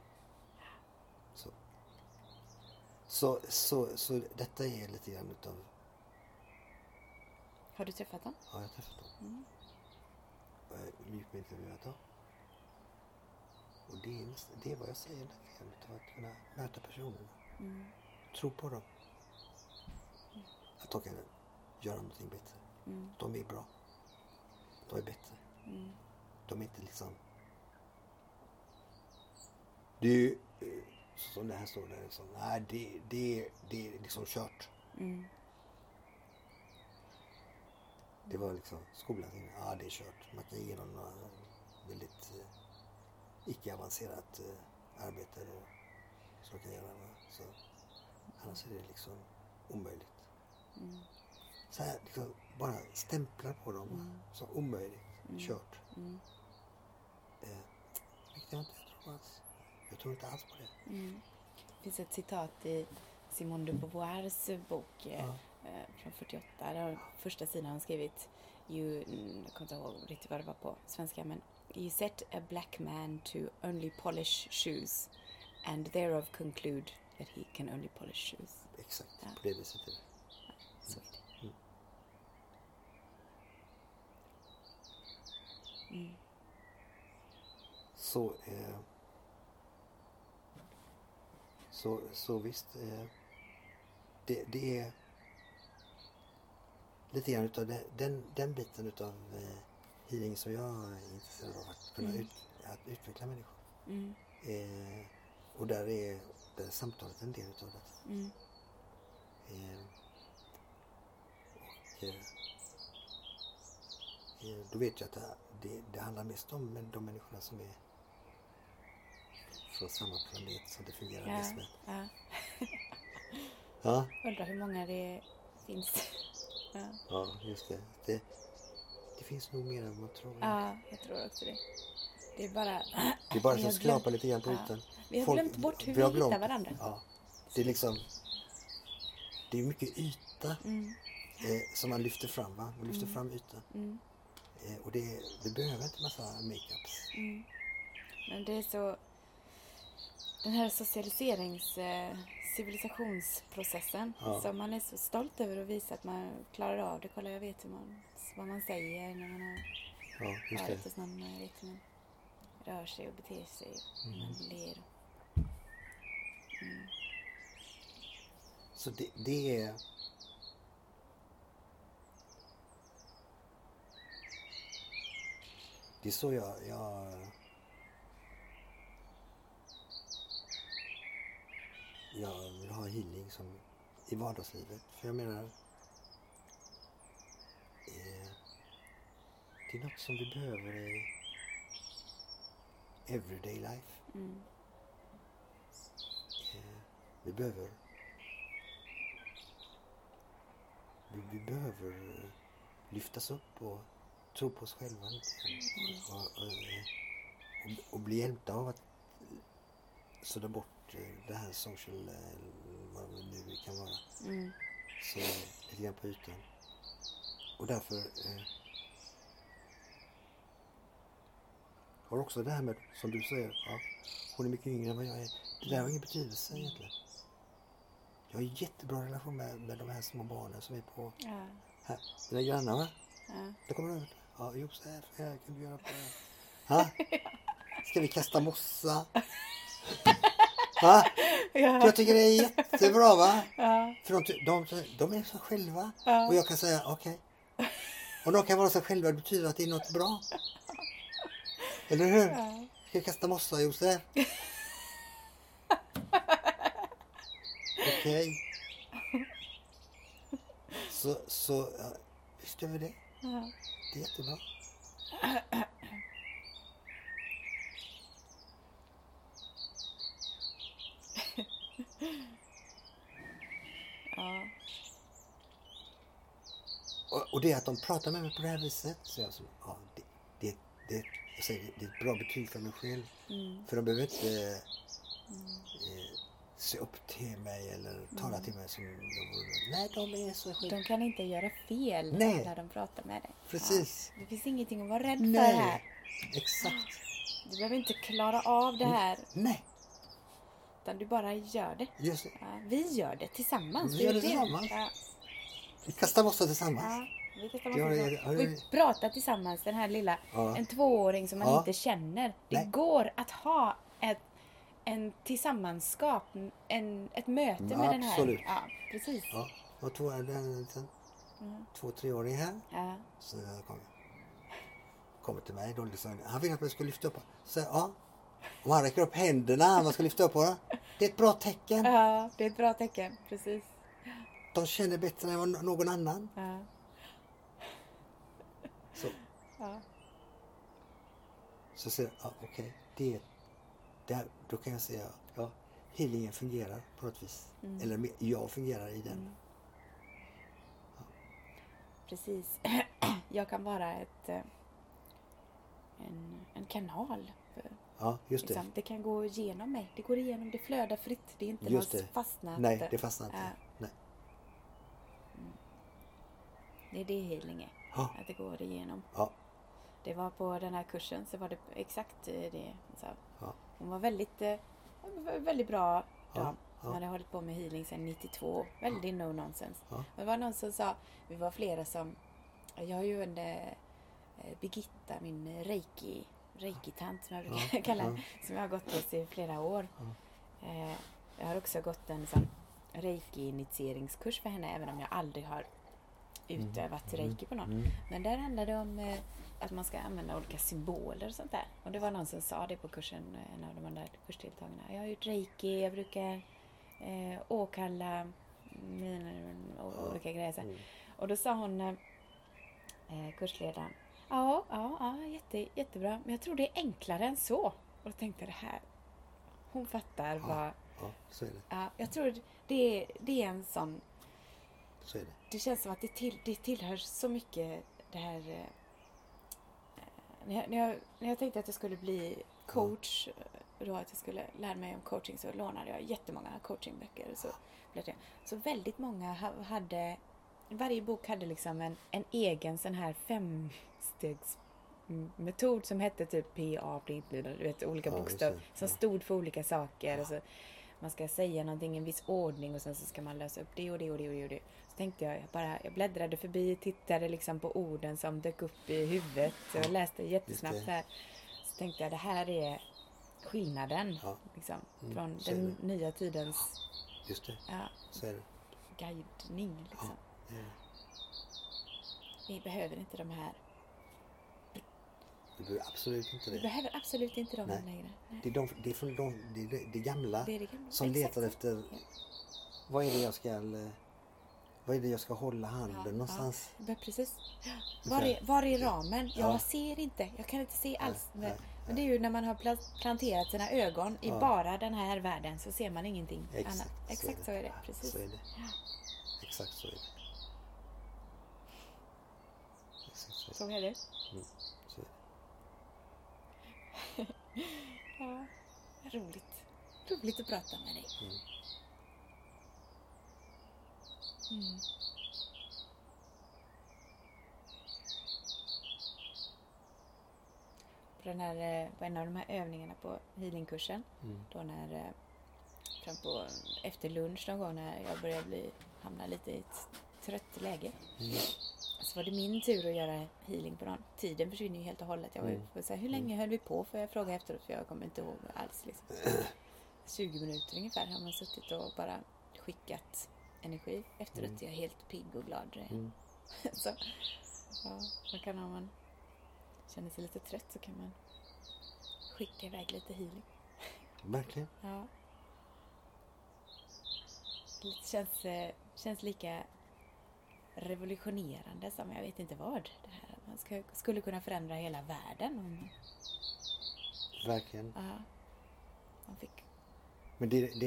Så detta är lite grann utav... Har du träffat dem? Ja, jag har träffat dem. Djupintervjuat dem. Och det är vad jag säger, utav att kunna möta personerna. Tro på dem. Att de kan göra någonting bättre. De är bra. De är bättre. De är inte liksom... Det är ju som det här står där. Liksom, nej, det är liksom kört. Det var liksom skolan. Ja, det är kört. Man kan ge dem några väldigt icke-avancerat arbete då, som kan göra. Så annars är det liksom omöjligt. Så här, liksom, bara stämplar på dem som omöjligt. Kört. Jag tror inte alls på det. Det finns ett citat i Simone de Beauvoirs bok från 48. Där första sidan har skrivit jag kommer inte ihåg riktigt vad det var på svenska, men you set a black man to only polish shoes and thereof conclude that he can only polish shoes. Exakt, på det viset är det. Så är det. Så visst, det är lite grann utav den biten utav healing som jag är intresserad av, att kunna att utveckla människor. Och där är samtalet en del utav det. då vet jag att det handlar mest om de människorna som är från samma planet som det fungerar bäst med. Ja. Ja. Undrar hur många det finns. Ja, just det. Det finns nog mer än man tror. Ja, jag tror också det. Det är bara som skrapar lite grann på ytan. Vi har glömt bort hur vi hittar varandra. Ja. Det är liksom, det är mycket yta som man lyfter fram, va? Man lyfter fram ytan. Och det behöver inte massa makeups. Men det är så, den här civilisationsprocessen som man är så stolt över att visa att man klarar av det. Kolla, jag vet vad man säger när man har varit hos någon, man vet hur man rör sig och beter sig och man ler. Så det är... Det är så jag vill ha healing som i vardagslivet. För jag menar, det är något som vi behöver i everyday life. Vi behöver lyftas upp och tro på oss själva och bli hjälpta av att sudda bort det här social, vad det nu kan vara, så lite grann på ytan. Och därför har också det här med, som du säger, hon är mycket yngre än vad jag är. Det där har ingen betydelse egentligen. Jag har en jättebra relation med de här små barnen som är på här. Dina grannar, va? Ja. Det kommer över. Ja, jo, så här kan vi göra på det. Ha? Ska vi kasta mossa? Ha? Ja. Jag tycker det är jättebra, va? Ja. För de är så själva. Ja. Och jag kan säga okej. Och de kan vara så själva, det betyder att det är något bra. Eller hur? Ja. Ska vi kasta mossa, Josef? Okej. Så visst gör vi det. Ja. Det är jättebra. Ja. Och det att de pratar med mig på det här viset, så jag så, det är ett bra betyg för mig själv. För de behöver inte se upp till mig eller tala till mig som nej, de är så skit. De kan inte göra fel när de pratar med dig. Precis. Ja. Det finns ingenting att vara rädd för här. Exakt. Du behöver inte klara av det här. Nej. Utan du bara gör det. Just det. Ja, vi gör det tillsammans. Vi gör det tillsammans. Ja. Vi kastar mossa tillsammans. Ja, vi kastar mossa tillsammans. Vi pratar tillsammans, den här lilla, en 2-åring som man inte känner. Det går att ha en tillsammanskap, ett möte med den här. Absolut. Ja, precis. Ja, och 2-3-åring här. Ja. Så kommer till mig då liksom, han vill att man ska lyfta upp. Så om han räcker upp händerna, man ska lyfta upp på det. Det är ett bra tecken. Ja, det är ett bra tecken, precis. De känner bättre än någon annan. Ja. Så. Ja. Så säger jag, okej, då kan jag säga, healingen fungerar på något vis. Eller jag fungerar i den. Ja. Precis. Jag kan vara en kanal. Ja, just det. Liksom, det kan gå igenom mig. Det går igenom, det flödar fritt. Det är inte något fastnat. Nej, det fastnar inte. Nej. Det är det healing är. Ja. Att det går igenom. Ja. Det var på den här kursen så var det exakt det. Så. Ja. Hon var väldigt bra dam. Hon hade hållit på med healing sedan 92. Väldigt no nonsense. Ja. Det var någon som sa, vi var flera som, jag har ju Birgitta, min reiki-tant som jag brukar kalla, som jag har gått hos i flera år. Jag har också gått en sån reiki-initieringskurs för henne, även om jag aldrig har utövat reiki på någon. Men där handlar det om att man ska använda olika symboler och sånt där. Och det var någon som sa det på kursen, en av de där kursdeltagarna. Jag har gjort reiki, jag brukar åkalla mina olika grejer. Och då sa hon, kursledaren, Ja, jättebra. Men jag tror det är enklare än så. Och då tänkte jag det här. Hon fattar vad... Ja, så är det. Ja, jag tror det är en sån... Så är det. Det känns som att det tillhör så mycket det här... När jag tänkte att jag skulle bli coach, då att jag skulle lära mig om coaching, så lånade jag jättemånga coachingböcker. Så väldigt många hade... Varje bok hade liksom en egen sån här 5-stegsmetod som hette typ PA, du vet, olika bokstäver som stod för olika saker. Och så man ska säga någonting i en viss ordning och sen så ska man lösa upp det och det och det och det. Så tänkte jag bläddrade förbi, tittade liksom på orden som dök upp i huvudet. Så jag läste jättesnabbt här. Så tänkte jag, det här är skillnaden liksom, från den nya tidens Just det. Så är det. guidning liksom. Vi behöver inte de här. Du behöver absolut inte det. Vi behöver absolut inte de längre. Nej. Det är det gamla, som letar efter vad är det jag ska hålla handen någonstans. Ja, precis. Var är ramen? Jag ser inte. Jag kan inte se alls. Men det är ju när man har planterat sina ögon i bara den här världen, så ser man ingenting annat. Exakt så är det. Precis. Så är det. Exakt så är det. Så är det. Så är det. Ja, roligt att prata med dig. På en av de här övningarna på healingkursen, då när fram på efter lunch någon gång, när jag började hamna lite i ett trött läge, så var det min tur att göra healing på någon. Tiden försvinner ju helt och hållet. Jag var så här, hur länge höll vi på? För jag frågade efteråt, för jag kommer inte ihåg alls liksom. 20 minuter ungefär har man suttit och bara skickat energi. Efteråt är jag helt pigg och glad. Så man kan, om man känner sig lite trött, så kan man skicka iväg lite healing. Verkligen. Ja. Det känns lika revolutionerande som jag vet inte vad det här. Man skulle kunna förändra hela världen om... Verkligen. Ja. Man fick... Men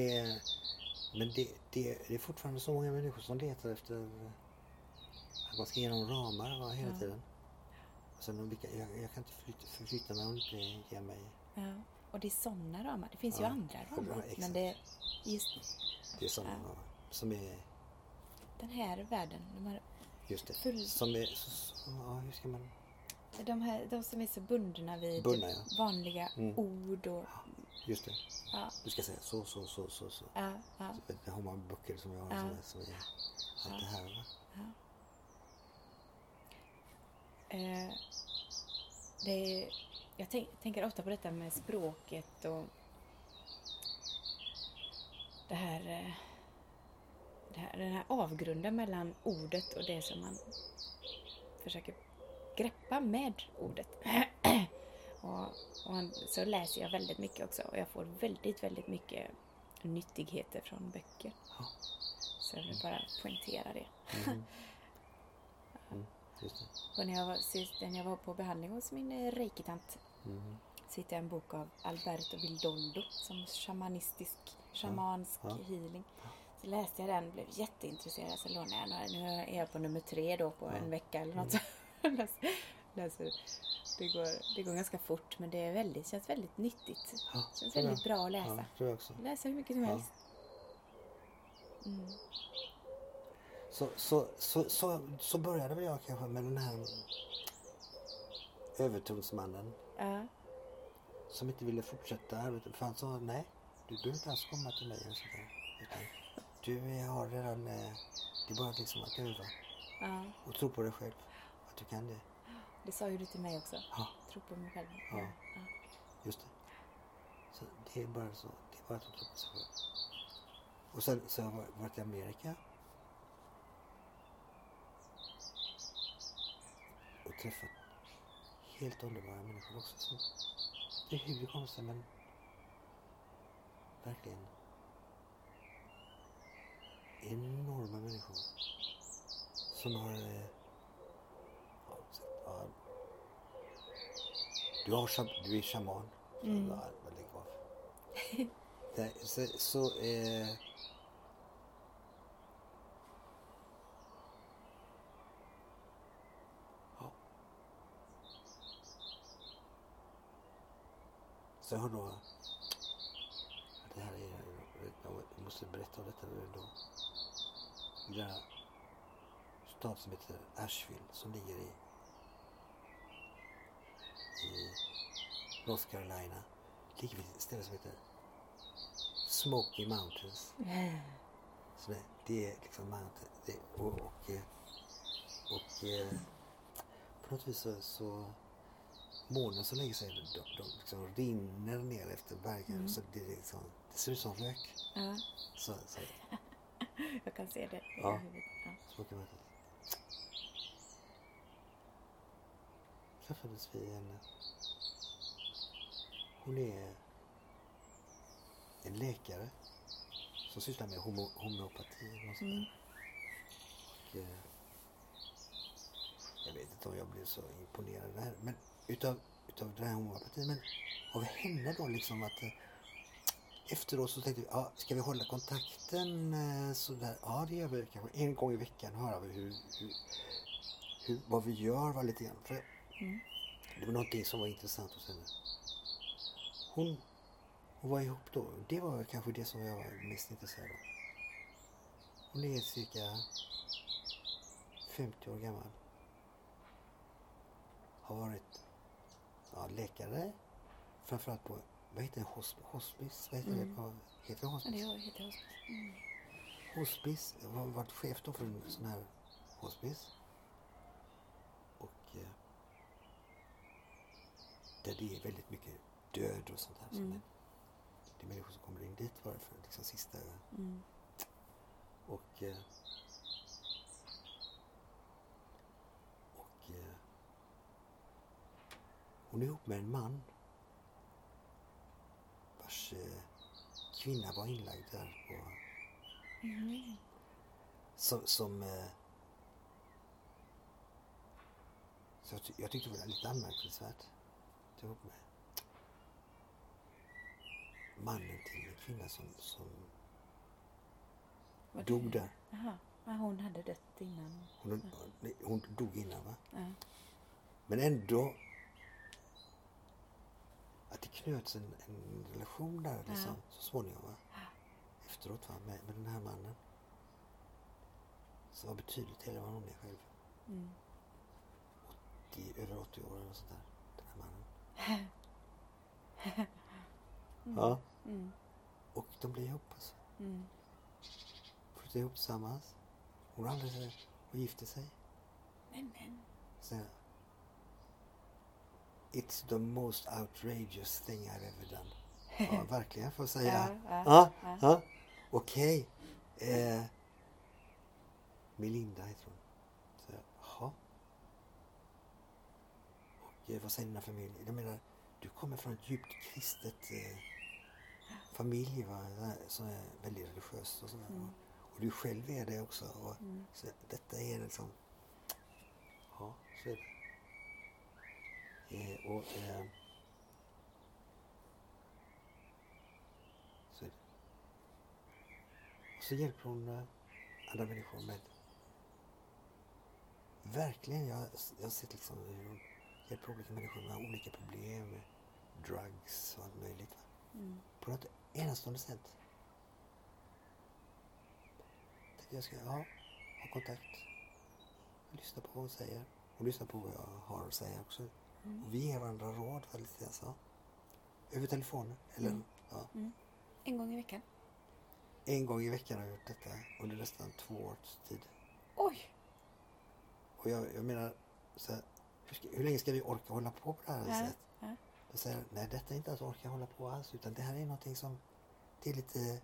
det är fortfarande så många människor som letar efter att man ska ge dem ramar hela tiden. Och sen jag kan inte förflytta mig om inte ger mig... Ja. Och det är sådana ramar. Det finns ju andra ramar. Men det är just... Det är sådana ramar som är... Den här världen, de här... Just det. Som är... hur ska man... De som är så bundna vid vanliga ord och... Just det. Ja. Du ska säga så. Ja. Så det har man böcker som jag har som är allt det här, va? Ja. Jag tänker ofta på detta med språket och den här avgrunden mellan ordet och det som man försöker greppa med ordet. och så läser jag väldigt mycket också, och jag får väldigt, väldigt mycket nyttigheter från böcker. Så jag vill bara poängtera det. Just det. Och när jag var på behandling hos min reikitant, så hittade jag en bok av Alberto Vildoldo som shamansk healing. Så läste jag den, blev jätteintresserad, så lånade jag den. Nu är jag på nummer 3 då på en vecka eller något. Det går ganska fort, men det känns väldigt nyttigt. Det känns väldigt bra att läsa. Ja, tror jag också. Läsa hur mycket som helst. Så började väl jag kanske med den här övertonsmannen som inte ville fortsätta arbetet. För han sa, nej, du behöver inte ens komma till mig. Utan du har redan, det är bara liksom att öva. Och tro på dig själv, att du kan det. Det sa ju du till mig också. Tro på mig själv. Ja. Just det. Så det är bara så, det är bara att tro på sig själv. Och sen så har jag varit i Amerika. Och träffat helt underbara människor också. Så det är hur konstigt, men verkligen enorma människor som har Du är shaman. Mm. Ja, lägg av. Ja. Så jag har då... Det här är... Jag måste berätta om detta då. I den här stad som heter Asheville som ligger i North Carolina. Ligger vid ett ställe som heter Smoky Mountains. Så det är liksom mountain. På något vis så månen som lägger sig, de liksom rinner ner efter bergen. Så det ser ut som rök. Ja. Så. Jag kan se det i Ja. huvudet. Ja. Smoky Mountains. Träffades vi hon är en läkare som sysslar med homeopati och sånt. Och jag vet inte om jag blev så imponerad där, men utav den här homeopatin, men av henne då liksom att efteråt så tänkte vi, ska vi hålla kontakten så där? Ja, det gör vi kanske en gång i veckan, höra vi vad vi gör var lite grann. För det var någonting som var intressant hos henne. Hon var ihop då. Det var kanske det som jag var mest intresserad av. Hon är cirka 50 år gammal. Har varit läkare. Framförallt på, vad heter det? Hospice? Vad heter det? Heter det hospice? Ja, det heter hospice. Hospice. Jag har varit chef då för en sån här hospice. Och där det är väldigt mycket död och sånt här. Det är människor som kommer in dit bara för liksom sista. Och hon är ihop med en man vars kvinna var inlagd där på så jag tyckte det var lite anmärkningsvärt att ihop med mannen till en kvinna som dog där. Jaha, men hon hade dött innan. Hon dog innan, va? Ja. Men ändå att det knöts en relation där liksom, så småningom, va? Efteråt, va? Med den här mannen. Som var betydligt hellre än vad hon är själv. Över 80 år eller sånt där. Den här mannen. Ja. Och de blev ihop alltså. Flyttade ihop tillsammans. Hon aldrig sig och gifte sig. Men. Så, it's the most outrageous thing I've ever done. Ja, verkligen får jag säga. Ja. Okej. Melinda heter hon. Så, jaha. Och vad säger dina familj? Jag menar, du kommer från ett djupt kristet familj, va? Som är väldigt religiös och sådär. Och du själv är det också. Och, så detta är liksom... Ja, så är det. Så är det. Och så hjälper hon andra människor med... Verkligen, jag har sett liksom hur hon hjälper olika människor med olika problem, med drugs och allt möjligt. Va? På något enastående sätt. Jag ska ha kontakt. Lyssna på vad hon säger. Och lyssna på vad jag har att säga också. Och vi ger varandra råd väldigt alltså. Över telefonen. Eller, ja. En gång i veckan. En gång i veckan har jag gjort detta. Under nästan 2 års tid. Oj! Och jag menar, så här, hur länge ska vi orka hålla på det här sättet? Då säger jag, nej, detta är inte att orka hålla på alls. Utan det här är någonting som, det är lite...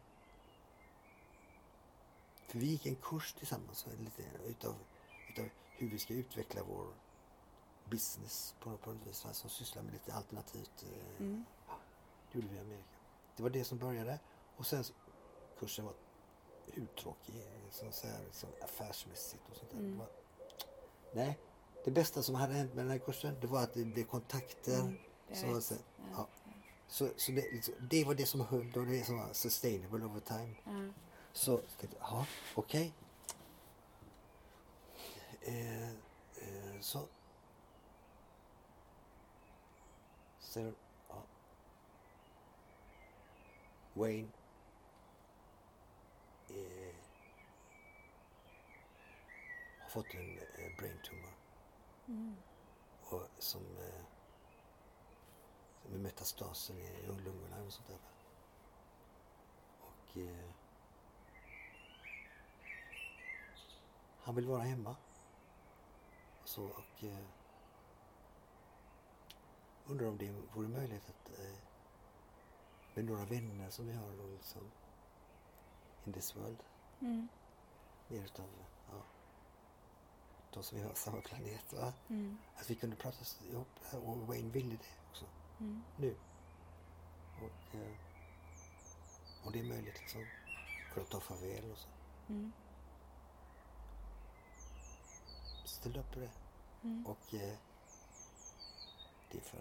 För vi gick en kurs tillsammans lite utav hur vi ska utveckla vår business på något vis, som sysslar med lite alternativt. Det gjorde vi i Amerika. Det var det som började. Och sen kursen var uttråkig, så affärsmässigt och sånt där. Nej, det bästa som hade hänt med den här kursen, det var att det blev kontakter. Så det var det som höll och det som var sustainable over time. Så ja, okej. Så ja. Wayne har fått en brain tumor och som med metastaser i lungorna och sånt där. Och han vill vara hemma. Så, och undrar om det vore möjligt att med några vänner som vi har då liksom in this world. Mer utav de som vi har samma planet, va? Att vi kunde prata ihop och Wayne ville det också. Nu. Och om det är möjligt liksom kunna ta farväl och så. Ställ upp på det. Och det är för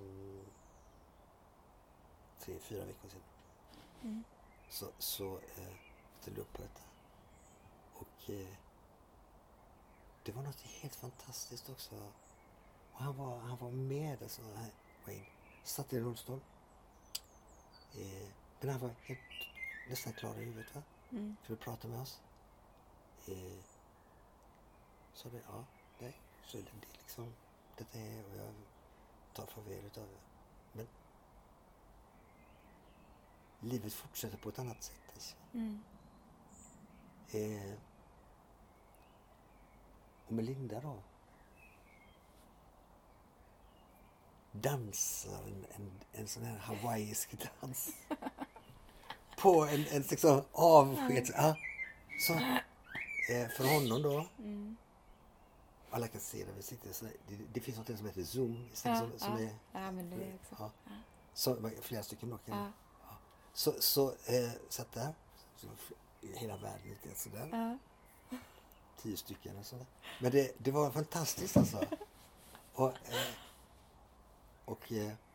3-4 veckor sedan. Så ställde upp på detta. Och det var något helt fantastiskt också. Och han var med, alltså, Wayne. Satt i en rullstol. Men han var helt nästan klar i huvudet, va? För att prata med oss. Så det, ja, nej. Så det är liksom, det är, och jag tar farväl utav det. Men livet fortsätter på ett annat sätt. Alltså. Och Melinda då dansar en sån här hawaiisk dans på en liksom avsked. Så för honom då alla kan se där vi sitter så det finns något som heter Zoom som är men det är också. Så flera stycken då kan så satt där så hela världen lite så där 10 stycken och sådär. Men det var fantastiskt alltså. Och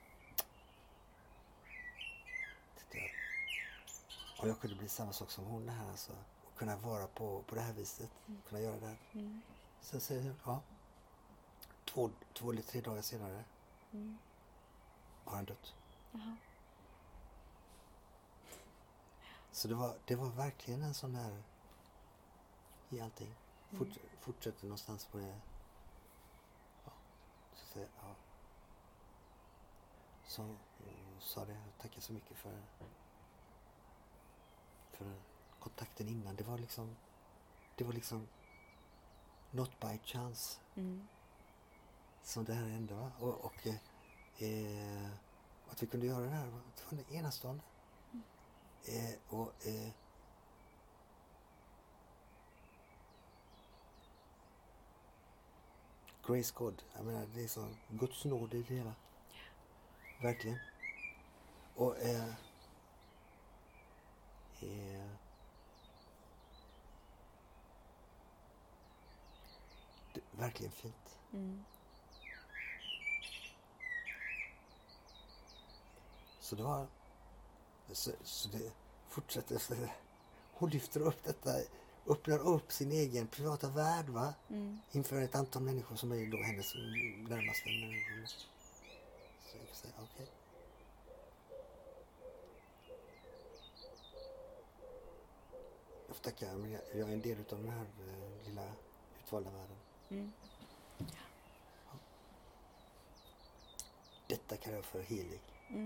jag kunde bli samma sak som hon här alltså. Och kunna vara på det här viset. Kunna göra det. Sen säger jag, 2 eller 3 dagar senare har han dött. Så det var verkligen en sån här i allting. Fortsätter någonstans på det. Så sa det, tackar så mycket för kontakten innan. Det var liksom not by chance som det här hände, va? Och att vi kunde göra det här var det enastående. Grace God, jag menar det är så Guds nåd i det hela. Verkligen. Och det, verkligen fint. Så det var så det fortsätter så hon lyfter upp detta, öppnar upp sin egen privata värld, va? Inför ett antal människor som är då hennes närmaste människor. Så jag säger okej. Jag får tacka, men jag är en del av den här lilla utvalda världen. Ja. Detta kallar jag för helig.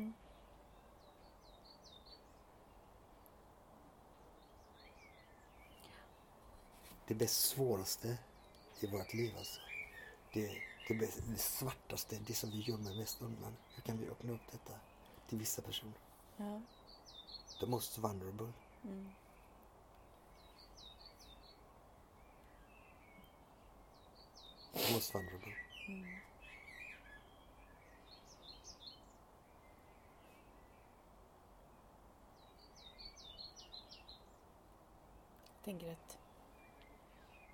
Det bäst svåraste i vårt liv alltså. Det svartaste, det som vi gömmer mest undan. Hur kan vi öppna upp detta till vissa personer? The most vulnerable. The most vulnerable. Jag tänker att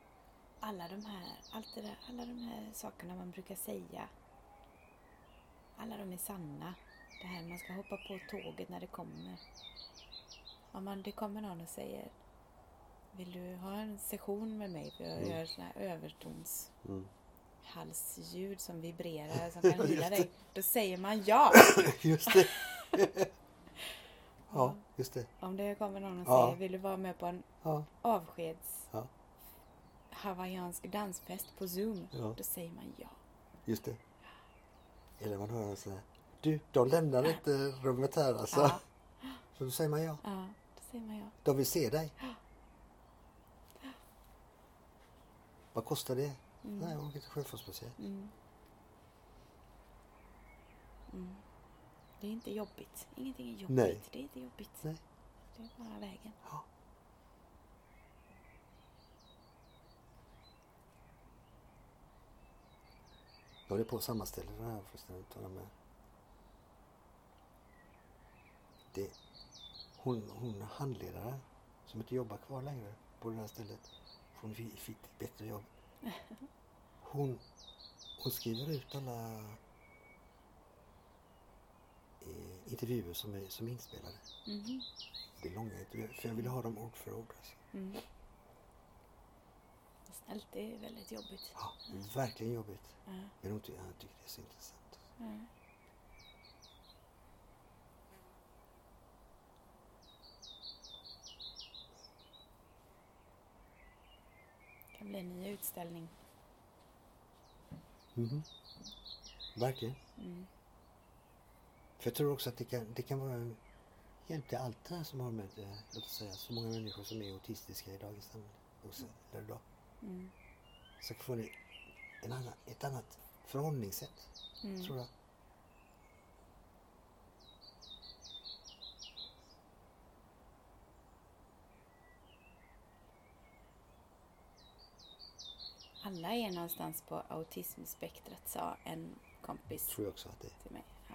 alla de här sakerna man brukar säga alla de är sanna. Det här man ska hoppa på tåget när det kommer. Om det kommer någon och säger, vill du ha en session med mig? För jag gör såna här övertons halsljud som vibrerar, som kan hila dig. Då säger man ja. Just det. Ja, just det. Om det kommer någon och säger, vill du vara med på en avskeds hawaiiansk dansfest på Zoom? Då säger man ja. Just det. Eller man hör så här, du, de lämnar inte rummet här alltså. Ja. Så då säger man ja. Ja, då säger man ja. De vill se dig. Vad kostar det? Nej, jag åker till Sjöfartsmuseet. Det är inte jobbigt. Ingenting är jobbigt. Nej. Det är inte jobbigt. Nej. Det är bara vägen. Ja. Jag håller på att sammanställa det här förresten. Hon handledare som inte jobbar kvar längre på det här stället. Hon fick ett bättre jobb. Hon skriver ut alla intervjuer som är inspelade. Det är långa intervjuer. För jag ville ha dem ord för ord. Alltså. Snällt, det är väldigt jobbigt. Ja, verkligen jobbigt. Men jag tycker det är så intressant. Det kan bli en ny utställning. Verkligen. För jag tror också att det kan vara en hjälp till allt det här som har med, låt oss säga, så många människor som är autistiska i dagens samhälle också, eller idag. Så kan få ett annat förhållningssätt, tror jag. Alla är någonstans på autismspektrat, sa en kompis Tror jag också att det är. till mig. Ja.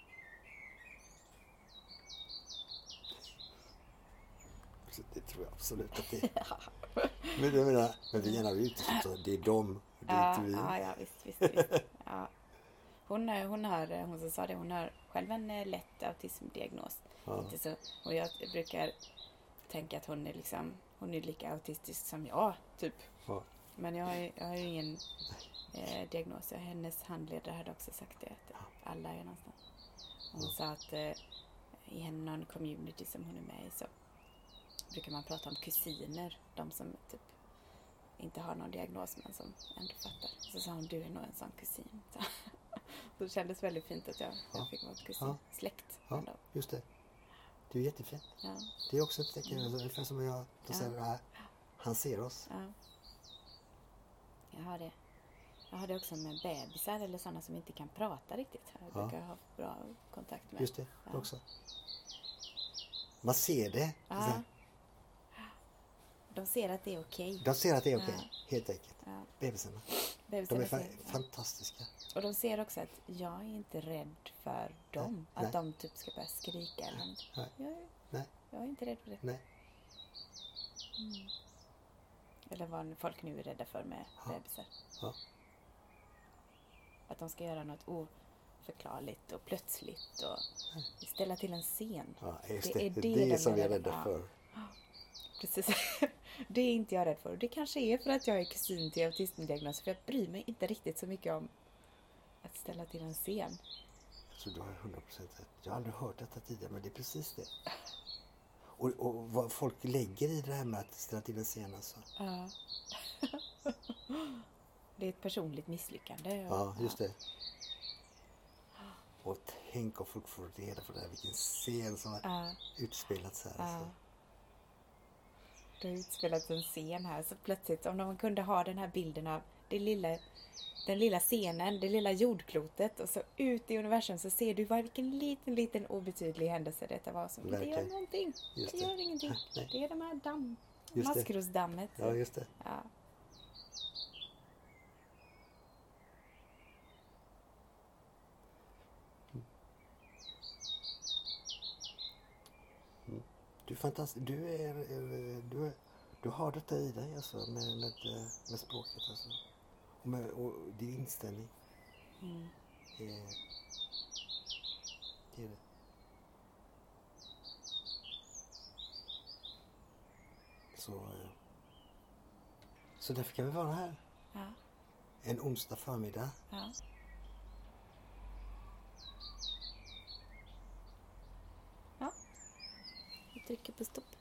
Det tror jag absolut att det är. Men vi gärna vill utesluta, det är dem, det är inte vi. Ja, visst. Ja. Hon som sa det, hon har själv en lätt autismdiagnos. Inte så, och jag brukar tänka att hon är lika autistisk som jag, typ. Ja. Men jag har ju ingen diagnos. Hennes handledare hade också sagt det, att alla är någonstans. Hon sa att i någon community som hon är med i så brukar man prata om kusiner. De som typ inte har någon diagnos men som ändå fattar. Så sa hon, du är nog en sån kusin. Så det kändes väldigt fint att jag fick vara kusin. Ja. Släkt. Ja, just det. Det är jättefint. Ja. Det är också ett tecken. Ungefär som jag säger, han ser oss. Ja. Jag har det också med bebisar eller sådana som inte kan prata riktigt. Jag brukar ha bra kontakt med. Just det, också. Man ser det. Ja. De ser att det är okej. De ser att det är okej, helt enkelt. Ja. Bebisarna. De är fantastiska. Och de ser också att jag är inte rädd för dem. Nej. Att de typ ska börja skrika. Nej. Jag är inte rädd för det. Nej. Eller vad folk nu är rädda för med bebisar. Ja. Att de ska göra något oförklarligt och plötsligt och ställa till en scen. Ja, det är det som vi är rädda för. Precis. Det är inte jag rädd för. Det kanske är för att jag är kusin till autismdiagnos. För jag bryr mig inte riktigt så mycket om att ställa till en scen. Jag tror du har 100% rätt. Jag har aldrig hört detta tidigare, men det är precis det. Och vad folk lägger i det här med att ställa till en scen alltså. Ja. Det är ett personligt misslyckande. Ja, just det. Och tänk om folk får reda på det här, vilken scen som har utspelats här. Alltså. Det har utspelats en scen här, så plötsligt om de kunde ha den här bilden av den lilla scenen, det lilla jordklotet och så ut i universum så ser du vilken liten obetydlig händelse detta var. Som det gör någonting. Det gör ingenting. Nej. Det är de här maskrosdammet. Ja, just det. Ja. Du är fantastisk. Du har detta i dig alltså, med språket alltså. Och din inställning. Det är det. Så därför kan vi vara här. Ja. En onsdag förmiddag. Ja. Ja. Vi trycker på stopp.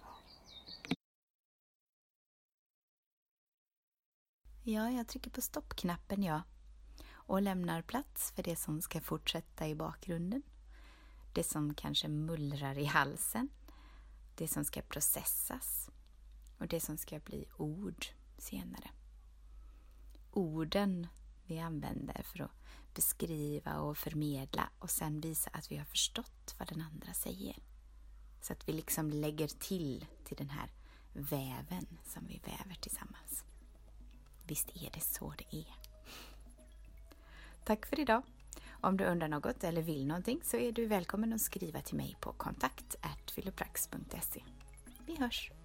Ja, jag trycker på stoppknappen, ja. Och lämnar plats för det som ska fortsätta i bakgrunden. Det som kanske mullrar i halsen. Det som ska processas. Och det som ska bli ord senare. Orden vi använder för att beskriva och förmedla och sen visa att vi har förstått vad den andra säger. Så att vi liksom lägger till den här väven som vi väver tillsammans. Visst är det så det är. Tack för idag. Om du undrar något eller vill någonting så är du välkommen att skriva till mig på kontakt@filoprax.se. Vi hörs!